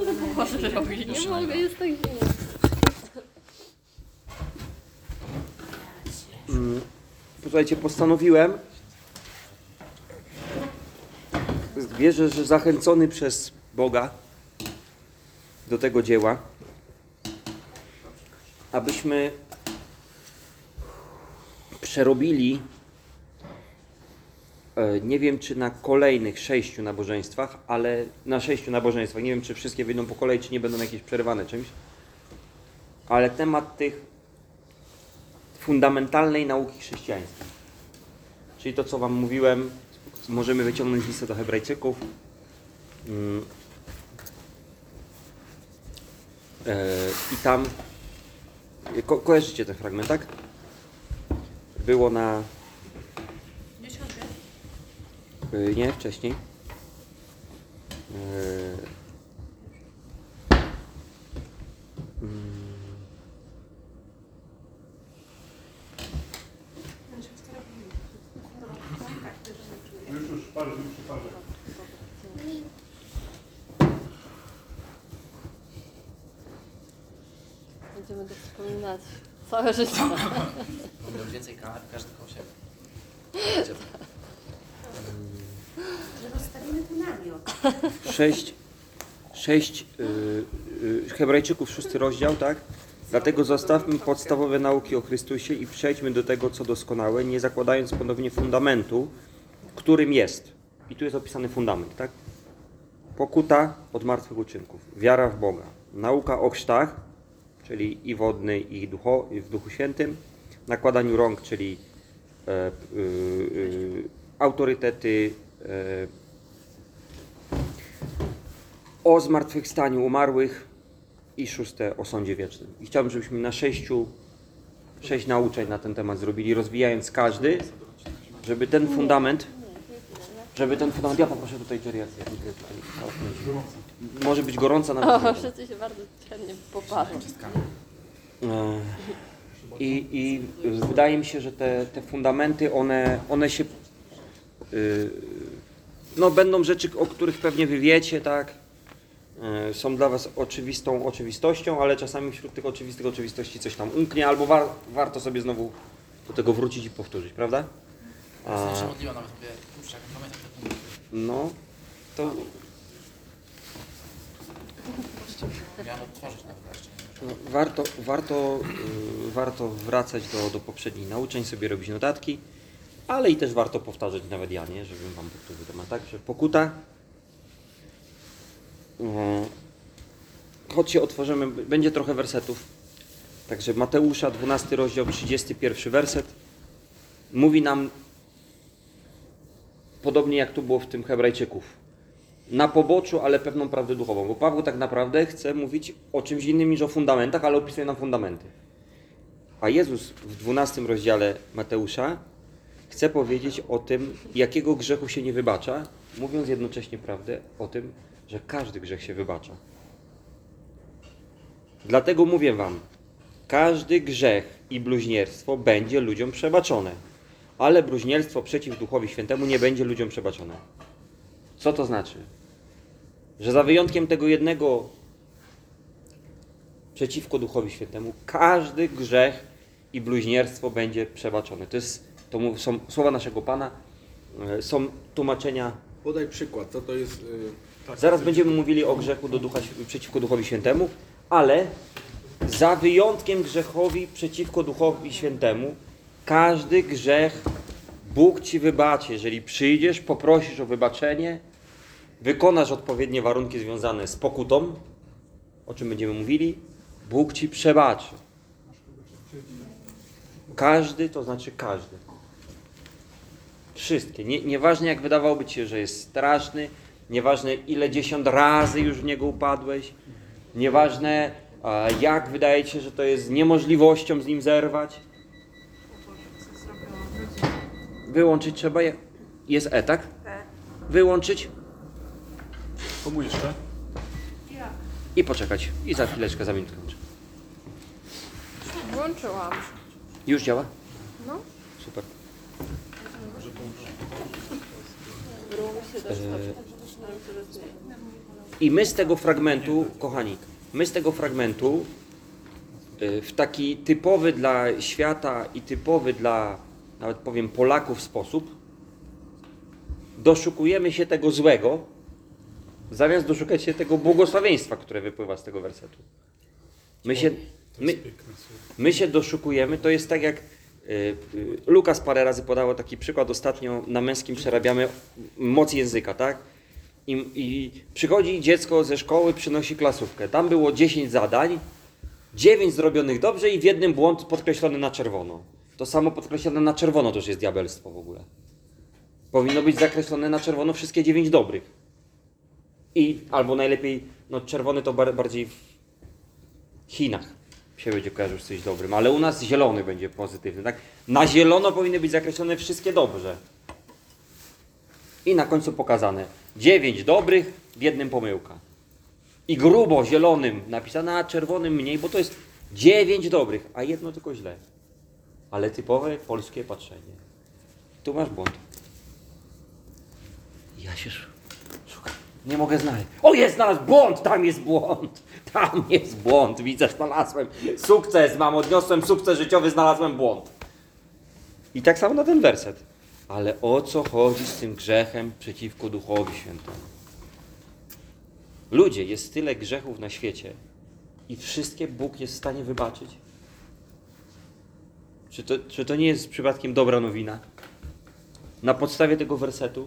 Może robić. Nie mogę, jest tak źle. Posłuchajcie, postanowiłem, wierzę, że zachęcony przez Boga do tego dzieła, abyśmy przerobili, nie wiem czy na kolejnych 6 nabożeństwach, ale na 6 nabożeństwach, nie wiem czy wszystkie wyjdą po kolei, czy nie będą jakieś przerywane czymś, ale temat tych fundamentalnej nauki chrześcijańskiej. Czyli to, co wam mówiłem, możemy wyciągnąć listę do Hebrajczyków. I tam kojarzycie ten fragment, tak? Było na... Nie, wcześniej. Już parę przy parze. Będziemy to wspominać całe życie. Będą więcej kar, każdy koło siebie. Rozstawimy tu namiot. 6 Hebrajczyków, 6 rozdział, tak? Dlatego zostawmy podstawowe nauki o Chrystusie i przejdźmy do tego, co doskonałe, nie zakładając ponownie fundamentu, którym jest. I tu jest opisany fundament, tak? Pokuta od martwych uczynków, wiara w Boga, nauka o chrztach, czyli i wodny, i w Duchu Świętym, nakładaniu rąk, czyli autorytety, o zmartwychwstaniu umarłych i 6 o sądzie wiecznym. I chciałbym, żebyśmy na 6 nauczeń na ten temat zrobili, rozwijając każdy, żeby ten fundament, ja poproszę tutaj Jerry, może być gorąca nawet. O, wszyscy się bardzo chętnie poparzą. I wydaje mi się, że te fundamenty, one się no będą rzeczy, o których pewnie wy wiecie, tak? Są dla was oczywistą oczywistością, ale czasami wśród tych oczywistych oczywistości coś tam umknie, albo warto sobie znowu do tego wrócić i powtórzyć, prawda? Ja się modliła nawet, mówię, kurczę, jak pamiętam te punkty. No, to Miałem otworzyć nawet jeszcze. warto wracać do poprzednich nauczeń, sobie robić notatki, ale i też warto powtarzać nawet ja, nie? Żebym wam powtórzył temat, tak? Że pokuta. Chodźcie, otworzymy, będzie trochę wersetów. Także Mateusza, 12 rozdział, 31 werset. Mówi nam, podobnie jak tu było w tym Hebrajczyków, na poboczu, ale pewną prawdę duchową. Bo Paweł tak naprawdę chce mówić o czymś innym niż o fundamentach, ale opisuje nam fundamenty. A Jezus w 12 rozdziale Mateusza chce powiedzieć o tym, jakiego grzechu się nie wybacza, mówiąc jednocześnie prawdę o tym, że każdy grzech się wybacza. Dlatego mówię wam, każdy grzech i bluźnierstwo będzie ludziom przebaczone, ale bluźnierstwo przeciw Duchowi Świętemu nie będzie ludziom przebaczone. Co to znaczy? Że za wyjątkiem tego jednego przeciwko Duchowi Świętemu, każdy grzech i bluźnierstwo będzie przebaczone. To są słowa naszego Pana, są tłumaczenia. Podaj przykład, co to jest... Zaraz będziemy mówili o grzechu przeciwko Duchowi Świętemu, ale za wyjątkiem grzechowi przeciwko Duchowi Świętemu, każdy grzech Bóg ci wybaczy. Jeżeli przyjdziesz, poprosisz o wybaczenie, wykonasz odpowiednie warunki związane z pokutą, o czym będziemy mówili, Bóg ci przebaczy. Każdy, to znaczy każdy. Wszystkie. Nieważne jak wydawałoby ci się, że jest straszny, nieważne ile 10 razy już w niego upadłeś, nieważne jak wydaje ci się, że to jest niemożliwością z nim zerwać. Wyłączyć trzeba, jest tak? Wyłączyć Komu jeszcze? i poczekać. I za chwileczkę, za minutkę. Włączyłam. Już działa? No. Super. Było mi się też dobrze. Myślałam, że rozumiem. I my z tego fragmentu, kochani, my z tego fragmentu w taki typowy dla świata i typowy dla, nawet powiem, Polaków sposób doszukujemy się tego złego, zamiast doszukać się tego błogosławieństwa, które wypływa z tego wersetu. My się doszukujemy, to jest tak jak Lukas parę razy podawał taki przykład, ostatnio na Męskim przerabiamy moc języka, tak? I przychodzi dziecko ze szkoły, przynosi klasówkę. Tam było 10 zadań, 9 zrobionych dobrze i w jednym błąd podkreślony na czerwono. To samo podkreślone na czerwono to już jest diabelstwo w ogóle. Powinno być zakreślone na czerwono wszystkie 9 dobrych. Albo najlepiej, no czerwony to bardziej w Chinach się będzie kojarzył z coś dobrym, ale u nas zielony będzie pozytywny, tak? Na zielono powinny być zakreślone wszystkie dobrze. I na końcu pokazane 9 dobrych, w jednym pomyłka. I grubo zielonym napisane, a czerwonym mniej, bo to jest 9 dobrych, a jedno tylko źle. Ale typowe polskie patrzenie. Tu masz błąd. Ja się szukam. Nie mogę znaleźć. O, jest, znalazł błąd! Tam jest błąd! Tam jest błąd! Widzę, znalazłem. Sukces mam, odniosłem sukces życiowy, znalazłem błąd. I tak samo na ten werset. Ale o co chodzi z tym grzechem przeciwko Duchowi Świętemu? Ludzie, jest tyle grzechów na świecie i wszystkie Bóg jest w stanie wybaczyć? Czy to nie jest przypadkiem dobra nowina? Na podstawie tego wersetu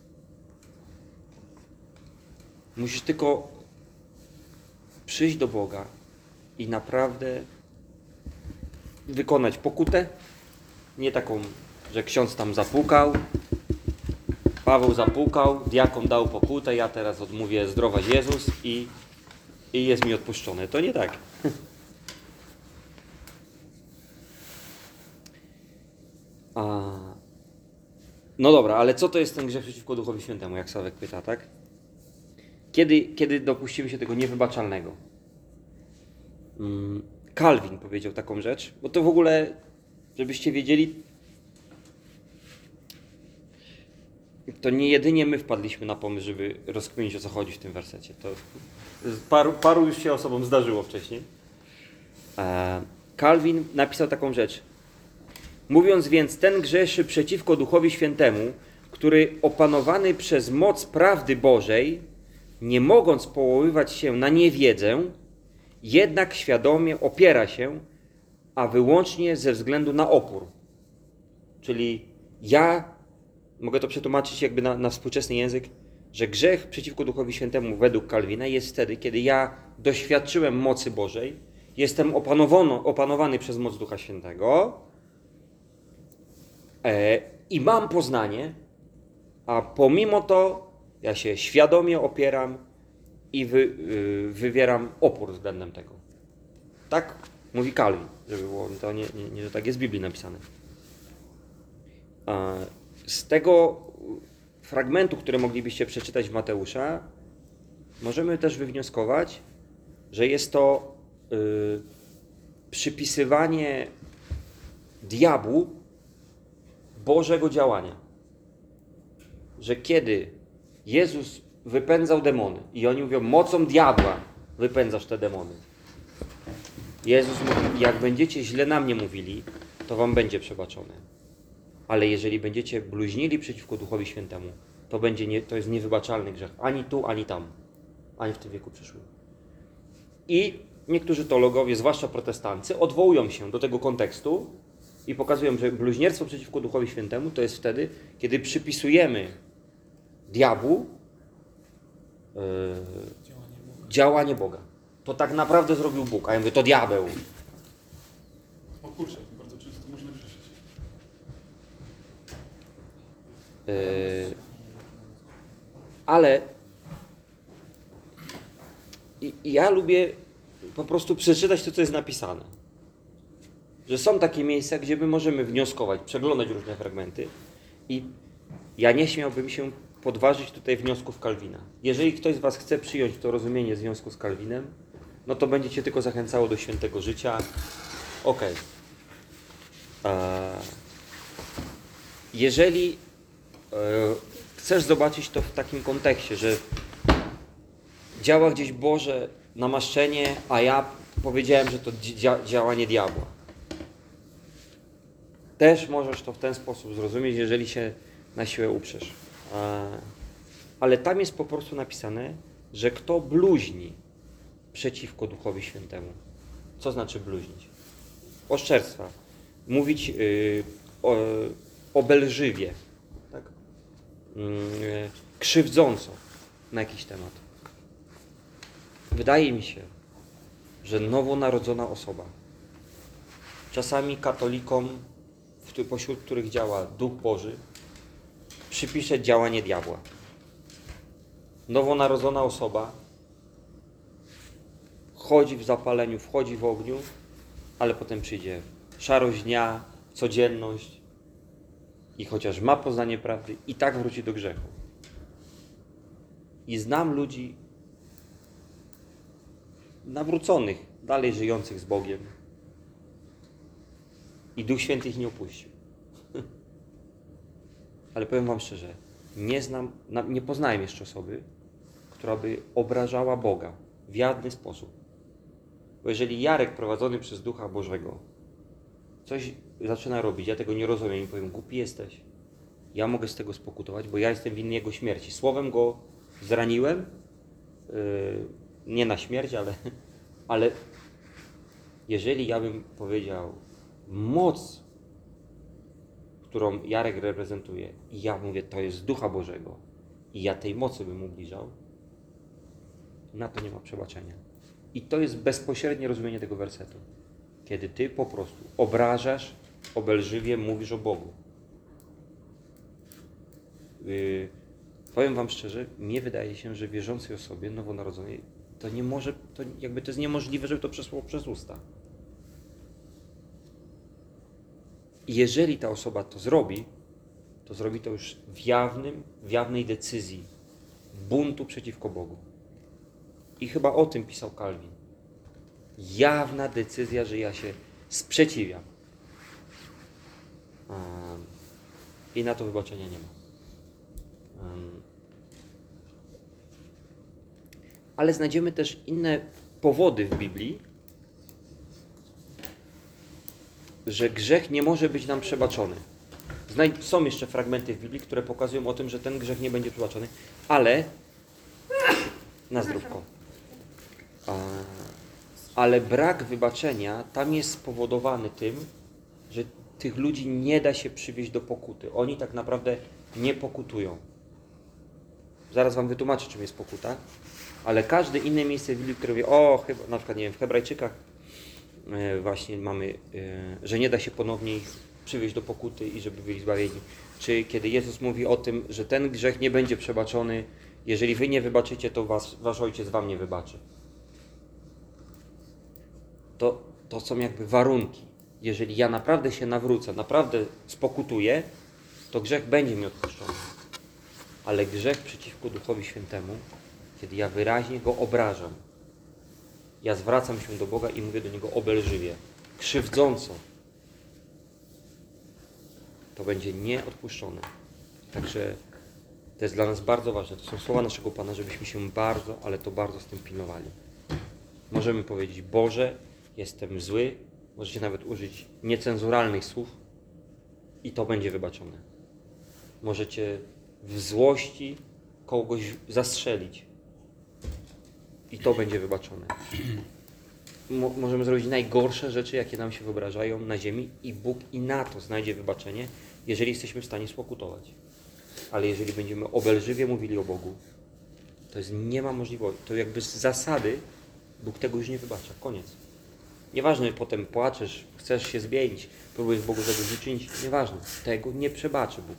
musisz tylko przyjść do Boga i naprawdę wykonać pokutę. Nie taką, że ksiądz tam zapukał, Paweł zapukał, diakon dał pokutę, ja teraz odmówię zdrowaś Jezus i jest mi odpuszczone. To nie tak. No dobra, ale co to jest ten grzech przeciwko Duchowi Świętemu, jak Sławek pyta, tak? Kiedy dopuścimy się tego niewybaczalnego? Kalwin powiedział taką rzecz, bo to w ogóle, żebyście wiedzieli, to nie jedynie my wpadliśmy na pomysł, żeby rozkminić, o co chodzi w tym wersecie. To paru już się osobom zdarzyło wcześniej. Kalwin napisał taką rzecz. Mówiąc więc, ten grzeszy przeciwko Duchowi Świętemu, który opanowany przez moc prawdy Bożej, nie mogąc powoływać się na niewiedzę, jednak świadomie opiera się, a wyłącznie ze względu na opór. Czyli mogę to przetłumaczyć jakby na współczesny język, że grzech przeciwko Duchowi Świętemu według Kalwina jest wtedy, kiedy ja doświadczyłem mocy Bożej, jestem opanowany przez moc Ducha Świętego i mam poznanie, a pomimo to ja się świadomie opieram i wywieram opór względem tego. Tak mówi Kalwin, żeby było to nie, że tak jest w Biblii napisane. Z tego fragmentu, który moglibyście przeczytać w Mateusza, możemy też wywnioskować, że jest to przypisywanie diabłu Bożego działania. Że kiedy Jezus wypędzał demony i oni mówią, mocą diabła wypędzasz te demony. Jezus mówi, jak będziecie źle na mnie mówili, to wam będzie przebaczone. Ale jeżeli będziecie bluźnili przeciwko Duchowi Świętemu, to jest niewybaczalny grzech. Ani tu, ani tam. Ani w tym wieku przyszłym. I niektórzy teologowie, zwłaszcza protestancy, odwołują się do tego kontekstu i pokazują, że bluźnierstwo przeciwko Duchowi Świętemu to jest wtedy, kiedy przypisujemy diabłu działanie Boga. To tak naprawdę zrobił Bóg. A ja mówię, to diabeł. O kurczę, bardzo często można grzeszyć. Ale ja lubię po prostu przeczytać to, co jest napisane. Że są takie miejsca, gdzie my możemy wnioskować, przeglądać różne fragmenty i ja nie śmiałbym się podważyć tutaj wniosków Kalwina. Jeżeli ktoś z was chce przyjąć to rozumienie związku z Kalwinem, no to będzie cię tylko zachęcało do świętego życia. Okej. Jeżeli chcesz zobaczyć to w takim kontekście, że działa gdzieś Boże namaszczenie, a ja powiedziałem, że to działanie diabła. Też możesz to w ten sposób zrozumieć, jeżeli się na siłę uprzesz. Ale tam jest po prostu napisane, że kto bluźni przeciwko Duchowi Świętemu. Co znaczy bluźnić? Oszczerstwa. Mówić obelżywie. Tak? Krzywdząco na jakiś temat. Wydaje mi się, że nowonarodzona osoba, czasami katolikom, pośród których działa Duch Boży, przypisze działanie diabła. Nowonarodzona osoba chodzi w zapaleniu, wchodzi w ogniu, ale potem przyjdzie szarość dnia, codzienność i chociaż ma poznanie prawdy, i tak wróci do grzechu. I znam ludzi nawróconych, dalej żyjących z Bogiem. I Duch Święty ich nie opuścił. Ale powiem wam szczerze, nie poznałem jeszcze osoby, która by obrażała Boga w żaden sposób. Bo jeżeli Jarek prowadzony przez Ducha Bożego coś zaczyna robić, ja tego nie rozumiem i powiem, głupi jesteś. Ja mogę z tego spokutować, bo ja jestem winny jego śmierci. Słowem go zraniłem, nie na śmierć, ale jeżeli ja bym powiedział moc, którą Jarek reprezentuje, i ja mówię, to jest Ducha Bożego, i ja tej mocy bym ubliżał, na to nie ma przebaczenia. I to jest bezpośrednie rozumienie tego wersetu. Kiedy ty po prostu obrażasz, obelżywie mówisz o Bogu. Powiem wam szczerze, mnie wydaje się, że wierzącej osobie nowonarodzonej to nie może, to jest niemożliwe, żeby to przeszło przez usta. I jeżeli ta osoba to zrobi to już w jawnej decyzji buntu przeciwko Bogu. I chyba o tym pisał Kalwin. Jawna decyzja, że ja się sprzeciwiam. I na to wybaczenia nie ma. Ale znajdziemy też inne powody w Biblii, że grzech nie może być nam przebaczony. Są jeszcze fragmenty w Biblii, które pokazują o tym, że ten grzech nie będzie przebaczony, ale na zdrówko. Ale brak wybaczenia tam jest spowodowany tym, że tych ludzi nie da się przywieźć do pokuty. Oni tak naprawdę nie pokutują. Zaraz wam wytłumaczę, czym jest pokuta, ale każde inne miejsce w Biblii, które mówi, chyba, na przykład, nie wiem, w Hebrajczykach właśnie mamy, że nie da się ponownie ich przywieźć do pokuty i żeby byli zbawieni. Czy kiedy Jezus mówi o tym, że ten grzech nie będzie przebaczony, jeżeli wy nie wybaczycie, to wasz Ojciec wam nie wybaczy. To są jakby warunki. Jeżeli ja naprawdę się nawrócę, naprawdę spokutuję, to grzech będzie mi odpuszczony. Ale grzech przeciwko Duchowi Świętemu, kiedy ja wyraźnie go obrażam, ja zwracam się do Boga i mówię do Niego obelżywie, krzywdząco, to będzie nieodpuszczone. Także to jest dla nas bardzo ważne. To są słowa naszego Pana, żebyśmy się bardzo, ale to bardzo z tym pilnowali. Możemy powiedzieć, Boże, jestem zły, możecie nawet użyć niecenzuralnych słów i to będzie wybaczone. Możecie w złości kogoś zastrzelić i to będzie wybaczone. Możemy zrobić najgorsze rzeczy, jakie nam się wyobrażają na ziemi i Bóg i na to znajdzie wybaczenie, jeżeli jesteśmy w stanie spokutować. Ale jeżeli będziemy obelżywie mówili o Bogu, to nie ma możliwości. To jakby z zasady Bóg tego już nie wybacza. Koniec. Nieważne, potem płaczesz, chcesz się zmienić, próbujesz Bogu zadośćuczynić, nieważne. Tego nie przebaczy Bóg.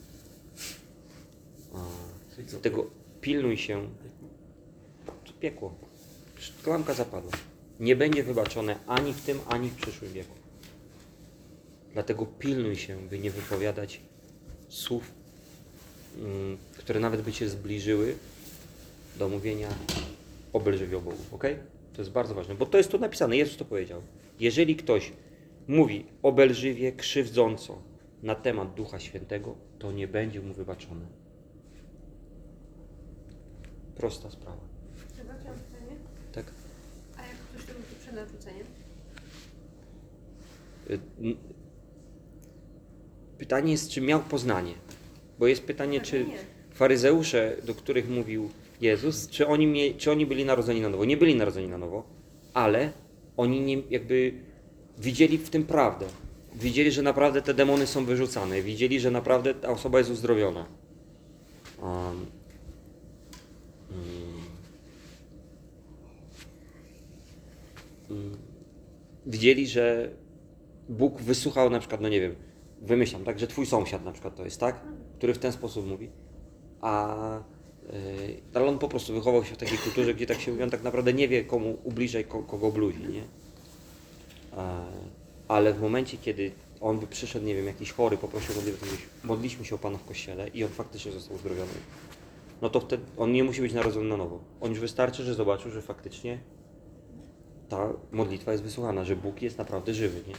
Dlatego pilnuj się. Piekło. Klamka zapadła. Nie będzie wybaczone ani w tym, ani w przyszłym wieku. Dlatego pilnuj się, by nie wypowiadać słów, które nawet by cię zbliżyły do mówienia obelżywie o Bogu. Ok? To jest bardzo ważne, bo to jest tu napisane. Jezus to powiedział. Jeżeli ktoś mówi obelżywie, krzywdząco na temat Ducha Świętego, to nie będzie mu wybaczone. Prosta sprawa. czy narzuceniem? Pytanie jest, czy miał poznanie. Bo jest pytanie, Pewnie czy nie. faryzeusze, do których mówił Jezus, czy oni byli narodzeni na nowo. Nie byli narodzeni na nowo, ale oni nie, jakby widzieli w tym prawdę. Widzieli, że naprawdę te demony są wyrzucane. Widzieli, że naprawdę ta osoba jest uzdrowiona. Widzieli, że Bóg wysłuchał na przykład, no nie wiem, wymyślam, tak, że twój sąsiad na przykład to jest, tak? Który w ten sposób mówi. Ale on po prostu wychował się w takiej kulturze, gdzie tak się mówi, on tak naprawdę nie wie, komu ubliżaj, kogo bluzi, nie? Ale w momencie, kiedy on by przyszedł, nie wiem, jakiś chory, poprosił modlitwę, modliśmy się o Pana w kościele i on faktycznie został uzdrowiony, no to wtedy on nie musi być narodzony na nowo. On już wystarczy, że zobaczył, że faktycznie ta modlitwa jest wysłuchana, że Bóg jest naprawdę żywy, nie?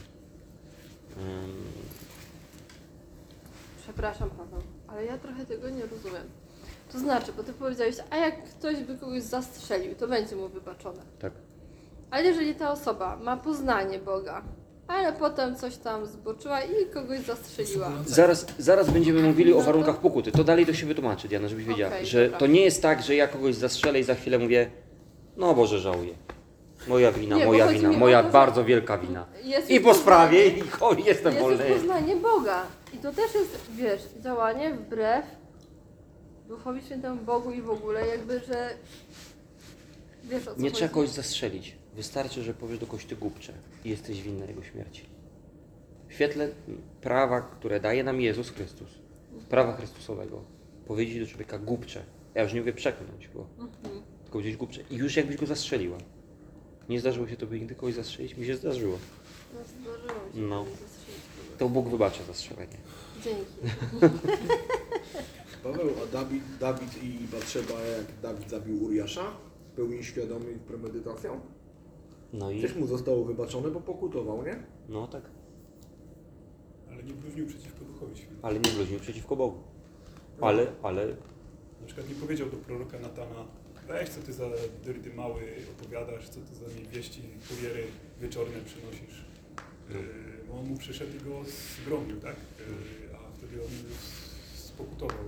Przepraszam, Paweł, ale ja trochę tego nie rozumiem. To znaczy, bo ty powiedziałeś, a jak ktoś by kogoś zastrzelił, to będzie mu wybaczone. Tak. Ale jeżeli ta osoba ma poznanie Boga, ale potem coś tam zboczyła i kogoś zastrzeliła. Zaraz będziemy mówili No o to- warunkach pokuty. To dalej to się wytłumaczy, Diana, żebyś wiedziała, Okej, że dobra. to nie jest tak, że ja kogoś zastrzelę i za chwilę mówię, no Boże, żałuję. Moja wina, Nie, bo moja chodzi wina, mi o moja to, że bardzo wielka wina. Jest I już po sprawie, poznanie- i jestem jest wolny. już poznanie Boga. I to też jest, wiesz, działanie wbrew Duchowi Świętemu, Bogu i w ogóle jakby, że wiesz o co Nie chodzi. trzeba kogoś zastrzelić. Wystarczy, że powiesz do kogoś, ty głupcze i jesteś winny jego śmierci. W świetle prawa, które daje nam Jezus Chrystus, prawa Chrystusowego, powiedzieć do człowieka głupcze. Ja już nie mówię przeklnąć go, tylko powiedzieć głupcze. I już jakbyś go zastrzeliła. Nie zdarzyło się tobie nigdy kogoś zastrzelić? Mi się zdarzyło. No, zdarzyło się No. kogoś zastrzelić kogoś. To Bóg wybacza zastrzelenie. Dzięki. Paweł, a Dawid i Batrzeba, jak Dawid zabił Uriasza, w pełni świadomy i z premedytacją, No i... też mu zostało wybaczone, bo pokutował, nie? No tak. Ale nie bluźnił przeciwko Duchowi Świętemu. Ale nie bluźnił przeciwko Bogu. Ale... Na przykład nie powiedział do proroka Natana, weź co ty za dyrdy mały opowiadasz, co ty za niewieści kuriery wieczorne przynosisz. Bo on mu przyszedł i go zgromił, tak? A wtedy on spokutował.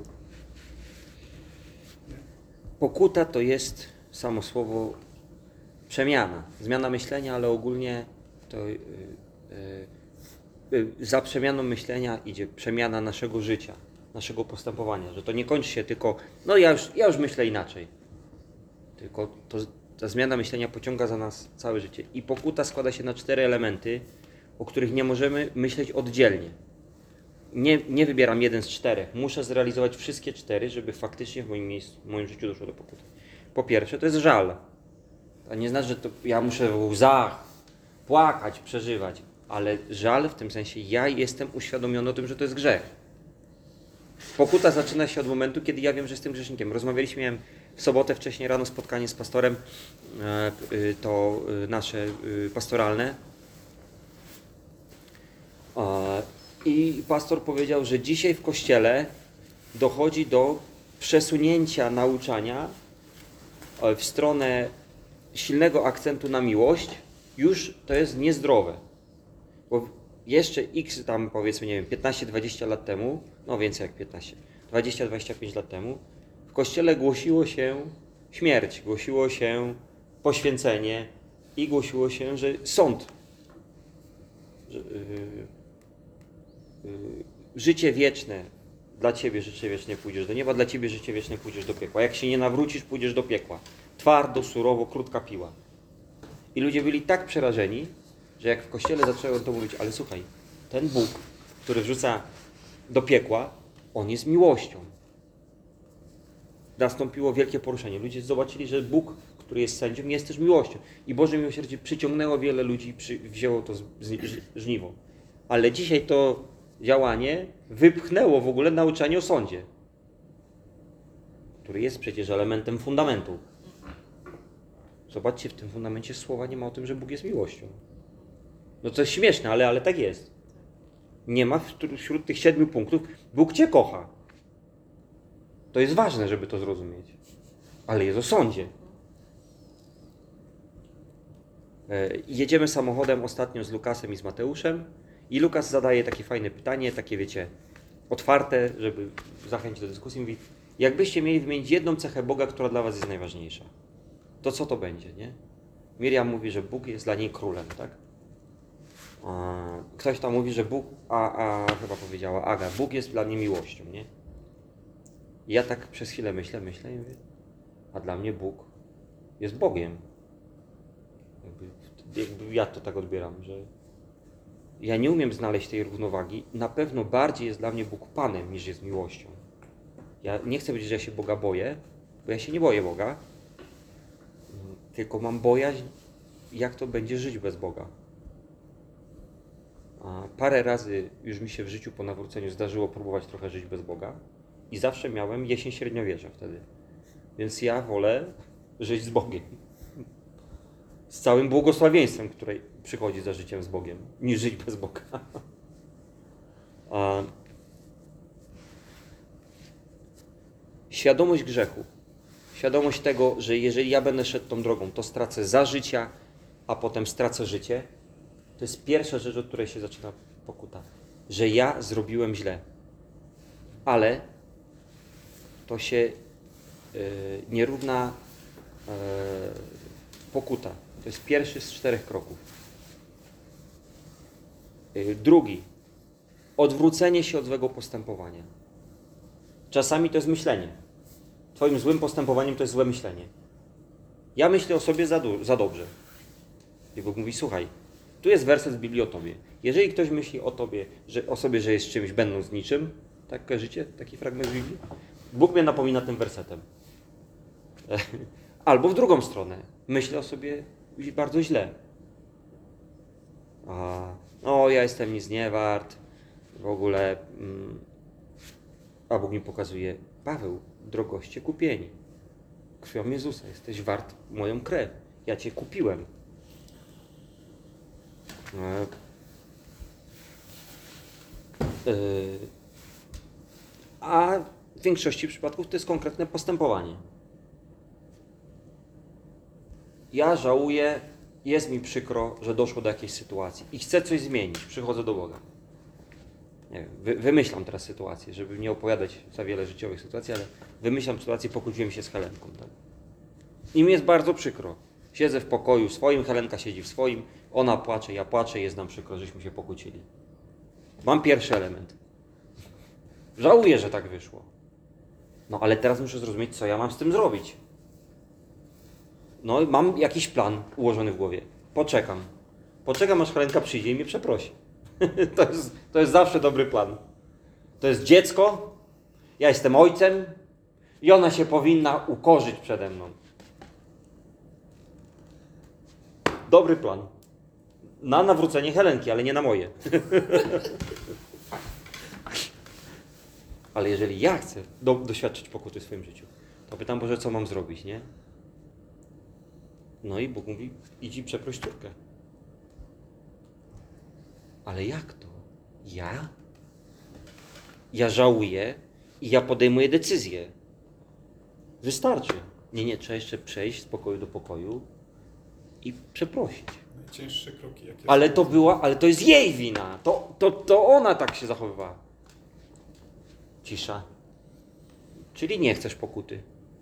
Nie? Pokuta to jest samo słowo przemiana. Zmiana myślenia, ale ogólnie to za przemianą myślenia idzie przemiana naszego życia, naszego postępowania. Że to nie kończy się tylko, no ja już myślę inaczej. Tylko ta zmiana myślenia pociąga za nas całe życie. I pokuta składa się na 4 elementy, o których nie możemy myśleć oddzielnie. Nie wybieram jeden z 4. Muszę zrealizować wszystkie 4, żeby faktycznie w moim życiu doszło do pokuty. Po pierwsze, to jest żal. To nie znaczy, że to ja muszę w łzach płakać, przeżywać, ale żal w tym sensie, ja jestem uświadomiony o tym, że to jest grzech. Pokuta zaczyna się od momentu, kiedy ja wiem, że jestem grzesznikiem. Rozmawialiśmy, miałem w sobotę wcześniej rano spotkanie z pastorem, to nasze pastoralne. I pastor powiedział, że dzisiaj w kościele dochodzi do przesunięcia nauczania w stronę silnego akcentu na miłość. Już to jest niezdrowe. Bo jeszcze x tam powiedzmy, nie wiem, 15-20 lat temu, no więcej jak 15, 20-25 lat temu, w kościele głosiło się śmierć, głosiło się poświęcenie i głosiło się, że sąd, że, życie wieczne, dla Ciebie życie wieczne pójdziesz do nieba, dla Ciebie życie wieczne pójdziesz do piekła. Jak się nie nawrócisz, pójdziesz do piekła. Twardo, surowo, krótka piła. I ludzie byli tak przerażeni, że jak w kościele zacząłem to mówić, ale słuchaj, ten Bóg, który wrzuca do piekła, On jest miłością. Nastąpiło wielkie poruszenie. Ludzie zobaczyli, że Bóg, który jest sędzią, jest też miłością. I Boże miłosierdzie przyciągnęło wiele ludzi, wzięło to żniwo. Ale dzisiaj to działanie wypchnęło w ogóle nauczanie o sądzie, który jest przecież elementem fundamentu. Zobaczcie, w tym fundamencie słowa nie ma o tym, że Bóg jest miłością. No to jest śmieszne, ale tak jest. Nie ma wśród tych 7 punktów, Bóg Cię kocha. To jest ważne, żeby to zrozumieć. Ale jest o sądzie. Jedziemy samochodem ostatnio z Lukasem i z Mateuszem i Lukas zadaje takie fajne pytanie, takie wiecie, otwarte, żeby zachęcić do dyskusji. Mówi, jakbyście mieli wymienić jedną cechę Boga, która dla was jest najważniejsza, to co to będzie, nie? Miriam mówi, że Bóg jest dla niej królem, tak? Ktoś tam mówi, że Bóg, chyba powiedziała Aga, Bóg jest dla mnie miłością, nie? I ja tak przez chwilę myślę i mówię, a dla mnie Bóg jest Bogiem. Jakby ja to tak odbieram, że ja nie umiem znaleźć tej równowagi. Na pewno bardziej jest dla mnie Bóg Panem niż jest miłością. Ja nie chcę powiedzieć, że ja się Boga boję, bo ja się nie boję Boga, tylko mam bojaźń, jak to będzie żyć bez Boga. Parę razy już mi się w życiu po nawróceniu zdarzyło próbować trochę żyć bez Boga i zawsze miałem jesień średniowiecza wtedy. Więc ja wolę żyć z Bogiem. Z całym błogosławieństwem, które przychodzi za życiem z Bogiem, niż żyć bez Boga. Świadomość grzechu. Świadomość tego, że jeżeli ja będę szedł tą drogą, to stracę za życia, a potem stracę życie. To jest pierwsza rzecz, od której się zaczyna pokuta. Że ja zrobiłem źle. Ale to się nie równa pokuta. To jest pierwszy z 4 kroków. Drugi. Odwrócenie się od złego postępowania. Czasami to jest myślenie. Twoim złym postępowaniem to jest złe myślenie. Ja myślę o sobie za dobrze. I Bóg mówi, słuchaj, tu jest werset z Biblii o tobie. Jeżeli ktoś myśli o sobie, że jest czymś, będąc niczym, tak kojarzycie taki fragment z Biblii? Bóg mnie napomina tym wersetem. Albo w drugą stronę. Myślę o sobie bardzo źle. Ja jestem nic nie wart. W ogóle. A Bóg mi pokazuje, Paweł, drogoście kupieni. Krwią Jezusa jesteś wart moją krew. Ja cię kupiłem. A w większości przypadków to jest konkretne postępowanie. Ja żałuję, jest mi przykro, że doszło do jakiejś sytuacji i chcę coś zmienić, przychodzę do Boga. Nie wiem, wymyślam teraz sytuację, żeby nie opowiadać za wiele życiowych sytuacji, ale wymyślam sytuację, pokłóciłem się z Helenką. Tak? I mi jest bardzo przykro. Siedzę w pokoju swoim, Helenka siedzi w swoim, ona płacze, ja płaczę, jest nam przykro, żeśmy się pokłócili. Mam pierwszy element. Żałuję, że tak wyszło. No ale teraz muszę zrozumieć, co ja mam z tym zrobić. No i mam jakiś plan ułożony w głowie. Poczekam, aż Helenka przyjdzie i mnie przeprosi. To jest zawsze dobry plan. To jest dziecko, ja jestem ojcem i ona się powinna ukorzyć przede mną. Dobry plan. Na nawrócenie Helenki, ale nie na moje. Ale jeżeli ja chcę doświadczyć pokuty w swoim życiu, to pytam, Boże, co mam zrobić, nie? No i Bóg mówi, idź i przeproś córkę. Ale jak to? Ja? Ja żałuję i ja podejmuję decyzję. Wystarczy. Nie, trzeba jeszcze przejść z pokoju do pokoju i przeprosić. Najcięższe kroki, jakie Ale to jest jej wina. To ona tak się zachowywała. Cisza. Czyli nie chcesz pokuty.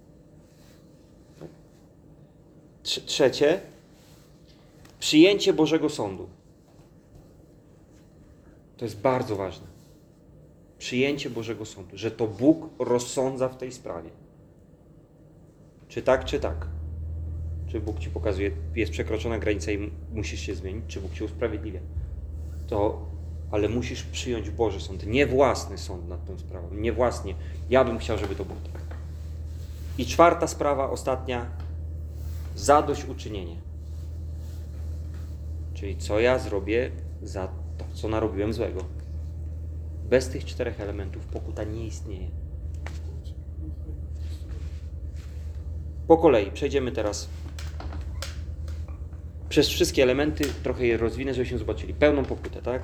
Trzecie. Przyjęcie Bożego Sądu. To jest bardzo ważne. Przyjęcie Bożego Sądu, że to Bóg rozsądza w tej sprawie. Czy tak, czy tak. Czy Bóg ci pokazuje, jest przekroczona granica i musisz się zmienić, czy Bóg cię usprawiedliwia. Ale musisz przyjąć Boży sąd, nie własny sąd nad tą sprawą, nie własnie. Ja bym chciał, żeby to było tak. I 4. sprawa, ostatnia, zadośćuczynienie. Czyli co ja zrobię za to, co narobiłem złego. Bez tych 4 elementów pokuta nie istnieje. Po kolei przejdziemy teraz przez wszystkie elementy, trochę je rozwinę, żebyśmy zobaczyli. Pełną pokutę, tak?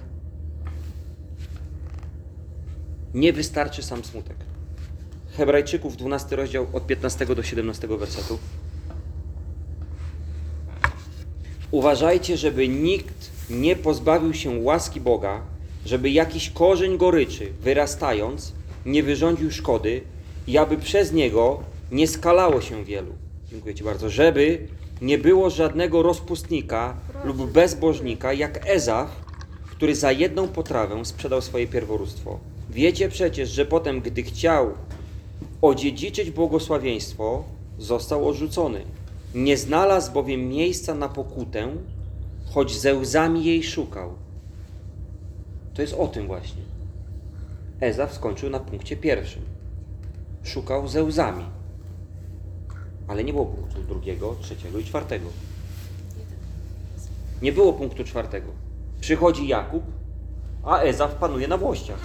Nie wystarczy sam smutek. Hebrajczyków, 12 rozdział, od 15 do 17 wersetu. Uważajcie, żeby nikt nie pozbawił się łaski Boga, żeby jakiś korzeń goryczy, wyrastając, nie wyrządził szkody i aby przez niego nie skalało się wielu. Dziękuję Ci bardzo. Żeby nie było żadnego rozpustnika lub bezbożnika, jak Ezaf, który za jedną potrawę sprzedał swoje pierworództwo. Wiecie przecież, że potem, gdy chciał odziedziczyć błogosławieństwo, został odrzucony. Nie znalazł bowiem miejsca na pokutę, choć ze łzami jej szukał. To jest o tym właśnie. Ezaf skończył na punkcie pierwszym. Szukał ze łzami. Ale nie było punktu drugiego, trzeciego i czwartego. Nie było punktu czwartego. Przychodzi Jakub, a Ezaf panuje na włościach.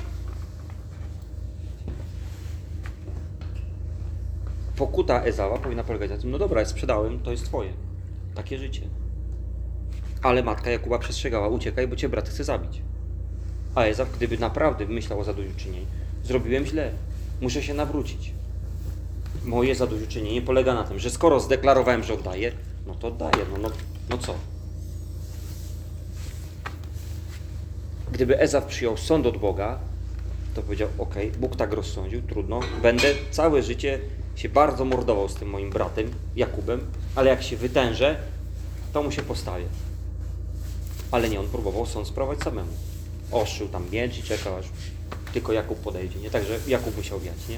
Pokuta Ezawa powinna polegać na tym, no dobra, ja sprzedałem, to jest twoje. Takie życie. Ale matka Jakuba przestrzegała, uciekaj, bo cię brat chce zabić. A Ezaf, gdyby naprawdę myślał o zadośćuczynieniu, zrobiłem źle, muszę się nawrócić. Moje zadośćuczynienie polega na tym, że skoro zdeklarowałem, że oddaję, no to oddaję, no co? Gdyby Ezaf przyjął sąd od Boga, to powiedział, okej, Bóg tak rozsądził, trudno, będę całe życie się bardzo mordował z tym moim bratem, Jakubem, ale jak się wytężę, to mu się postawię. Ale nie, on próbował sąd sprawować samemu. Ostrzył tam miecz i czekał, aż tylko Jakub podejdzie, nie? Także Jakub musiał wiać, nie?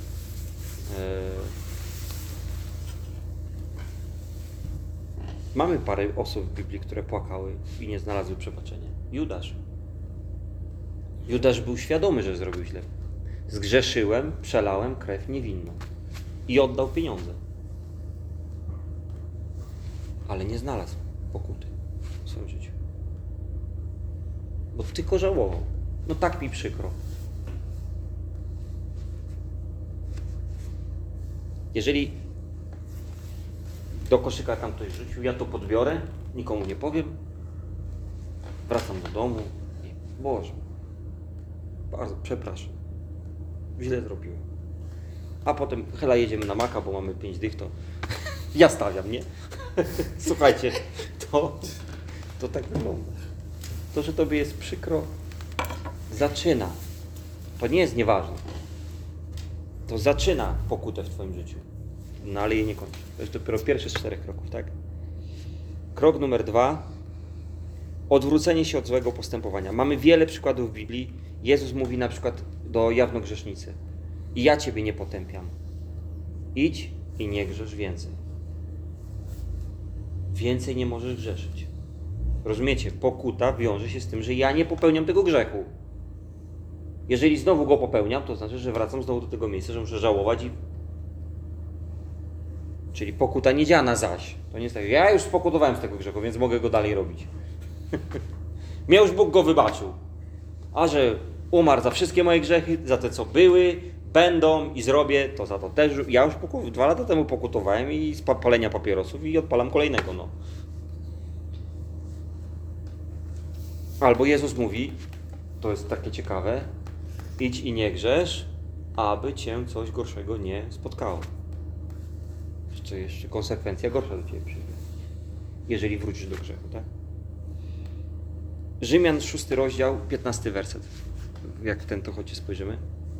Mamy parę osób w Biblii, które płakały i nie znalazły przebaczenia. Judasz. Judasz był świadomy, że zrobił źle. Zgrzeszyłem, przelałem krew niewinną. I oddał pieniądze. Ale nie znalazł pokuty w swoim życiu. Bo tylko żałował. No tak mi przykro. Jeżeli do koszyka tam ktoś rzucił, ja to podbiorę, nikomu nie powiem, wracam do domu i Boże, bardzo przepraszam, źle zrobiłem. A potem chyba jedziemy na Maka, bo mamy 5 dych, to ja stawiam, nie? Słuchajcie, to tak wygląda. To, że tobie jest przykro, zaczyna. To nie jest nieważne. To zaczyna pokutę w twoim życiu. No ale jej nie kończy. To jest dopiero pierwszy z 4 kroków, tak? Krok numer 2. Odwrócenie się od złego postępowania. Mamy wiele przykładów w Biblii. Jezus mówi na przykład do jawnogrzesznicy. I ja ciebie nie potępiam. Idź i nie grzesz więcej. Więcej nie możesz grzeszyć. Rozumiecie? Pokuta wiąże się z tym, że ja nie popełniam tego grzechu. Jeżeli znowu go popełniam, to znaczy, że wracam znowu do tego miejsca, że muszę żałować i... Czyli pokuta nie działa na zaś. To nie jest tak, ja już spokutowałem z tego grzechu, więc mogę go dalej robić. Mnie już Bóg go wybaczył. A że umarł za wszystkie moje grzechy, za te co były, będą i zrobię, to za to też. Ja już 2 lata temu pokutowałem i z palenia papierosów i odpalam kolejnego, no. Albo Jezus mówi, to jest takie ciekawe, idź i nie grzesz, aby cię coś gorszego nie spotkało. Co jeszcze? Konsekwencja gorsza do ciebie przyjdzie. Jeżeli wrócisz do grzechu, tak? Rzymian 6 rozdział, 15 werset. Jak w ten to chodźcie spojrzymy.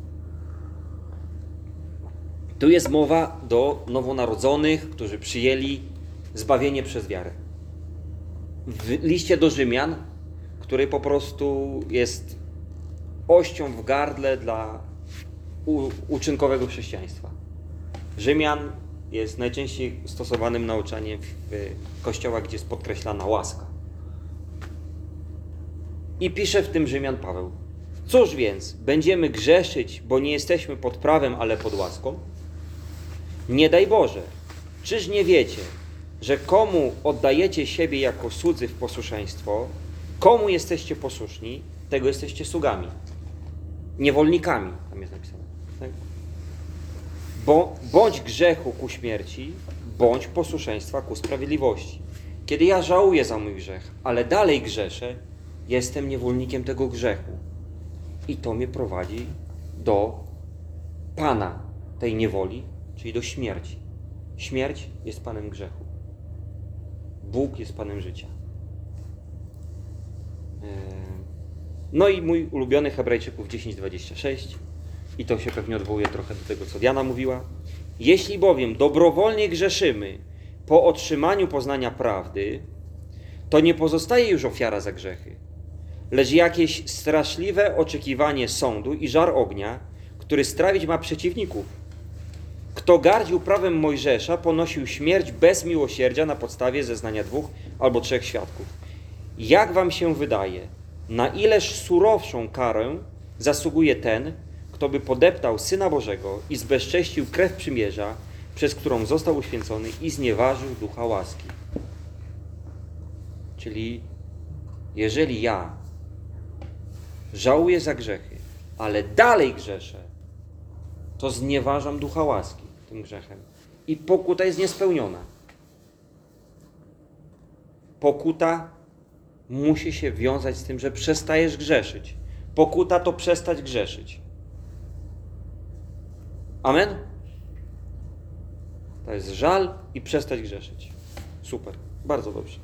Tu jest mowa do nowonarodzonych, którzy przyjęli zbawienie przez wiarę. W liście do Rzymian, który po prostu jest ością w gardle dla uczynkowego chrześcijaństwa. Rzymian jest najczęściej stosowanym nauczaniem w kościołach, gdzie jest podkreślana łaska. I pisze w tym Rzymian Paweł. Cóż więc, będziemy grzeszyć, bo nie jesteśmy pod prawem, ale pod łaską? Nie daj Boże. Czyż nie wiecie, że komu oddajecie siebie jako słudzy w posłuszeństwo, komu jesteście posłuszni, tego jesteście sługami. Niewolnikami, tam jest napisane. Tak? Bądź grzechu ku śmierci, bądź posłuszeństwa ku sprawiedliwości. Kiedy ja żałuję za mój grzech, ale dalej grzeszę, jestem niewolnikiem tego grzechu. I to mnie prowadzi do Pana tej niewoli, czyli do śmierci. Śmierć jest panem grzechu. Bóg jest Panem życia. No i mój ulubiony Hebrajczyków 10:26 i to się pewnie odwołuje trochę do tego, co Diana mówiła. Jeśli bowiem dobrowolnie grzeszymy po otrzymaniu poznania prawdy, to nie pozostaje już ofiara za grzechy, lecz jakieś straszliwe oczekiwanie sądu i żar ognia, który strawić ma przeciwników. Kto gardził prawem Mojżesza, ponosił śmierć bez miłosierdzia na podstawie zeznania 2 albo 3 świadków. Jak wam się wydaje, na ileż surowszą karę zasługuje ten, kto by podeptał Syna Bożego i zbezcześcił krew przymierza, przez którą został uświęcony i znieważył ducha łaski. Czyli jeżeli ja żałuję za grzechy, ale dalej grzeszę, to znieważam ducha łaski tym grzechem. I pokuta jest niespełniona. Pokuta musi się wiązać z tym, że przestajesz grzeszyć. Pokuta to przestać grzeszyć. Amen? To jest żal i przestać grzeszyć. Super. Bardzo dobrze.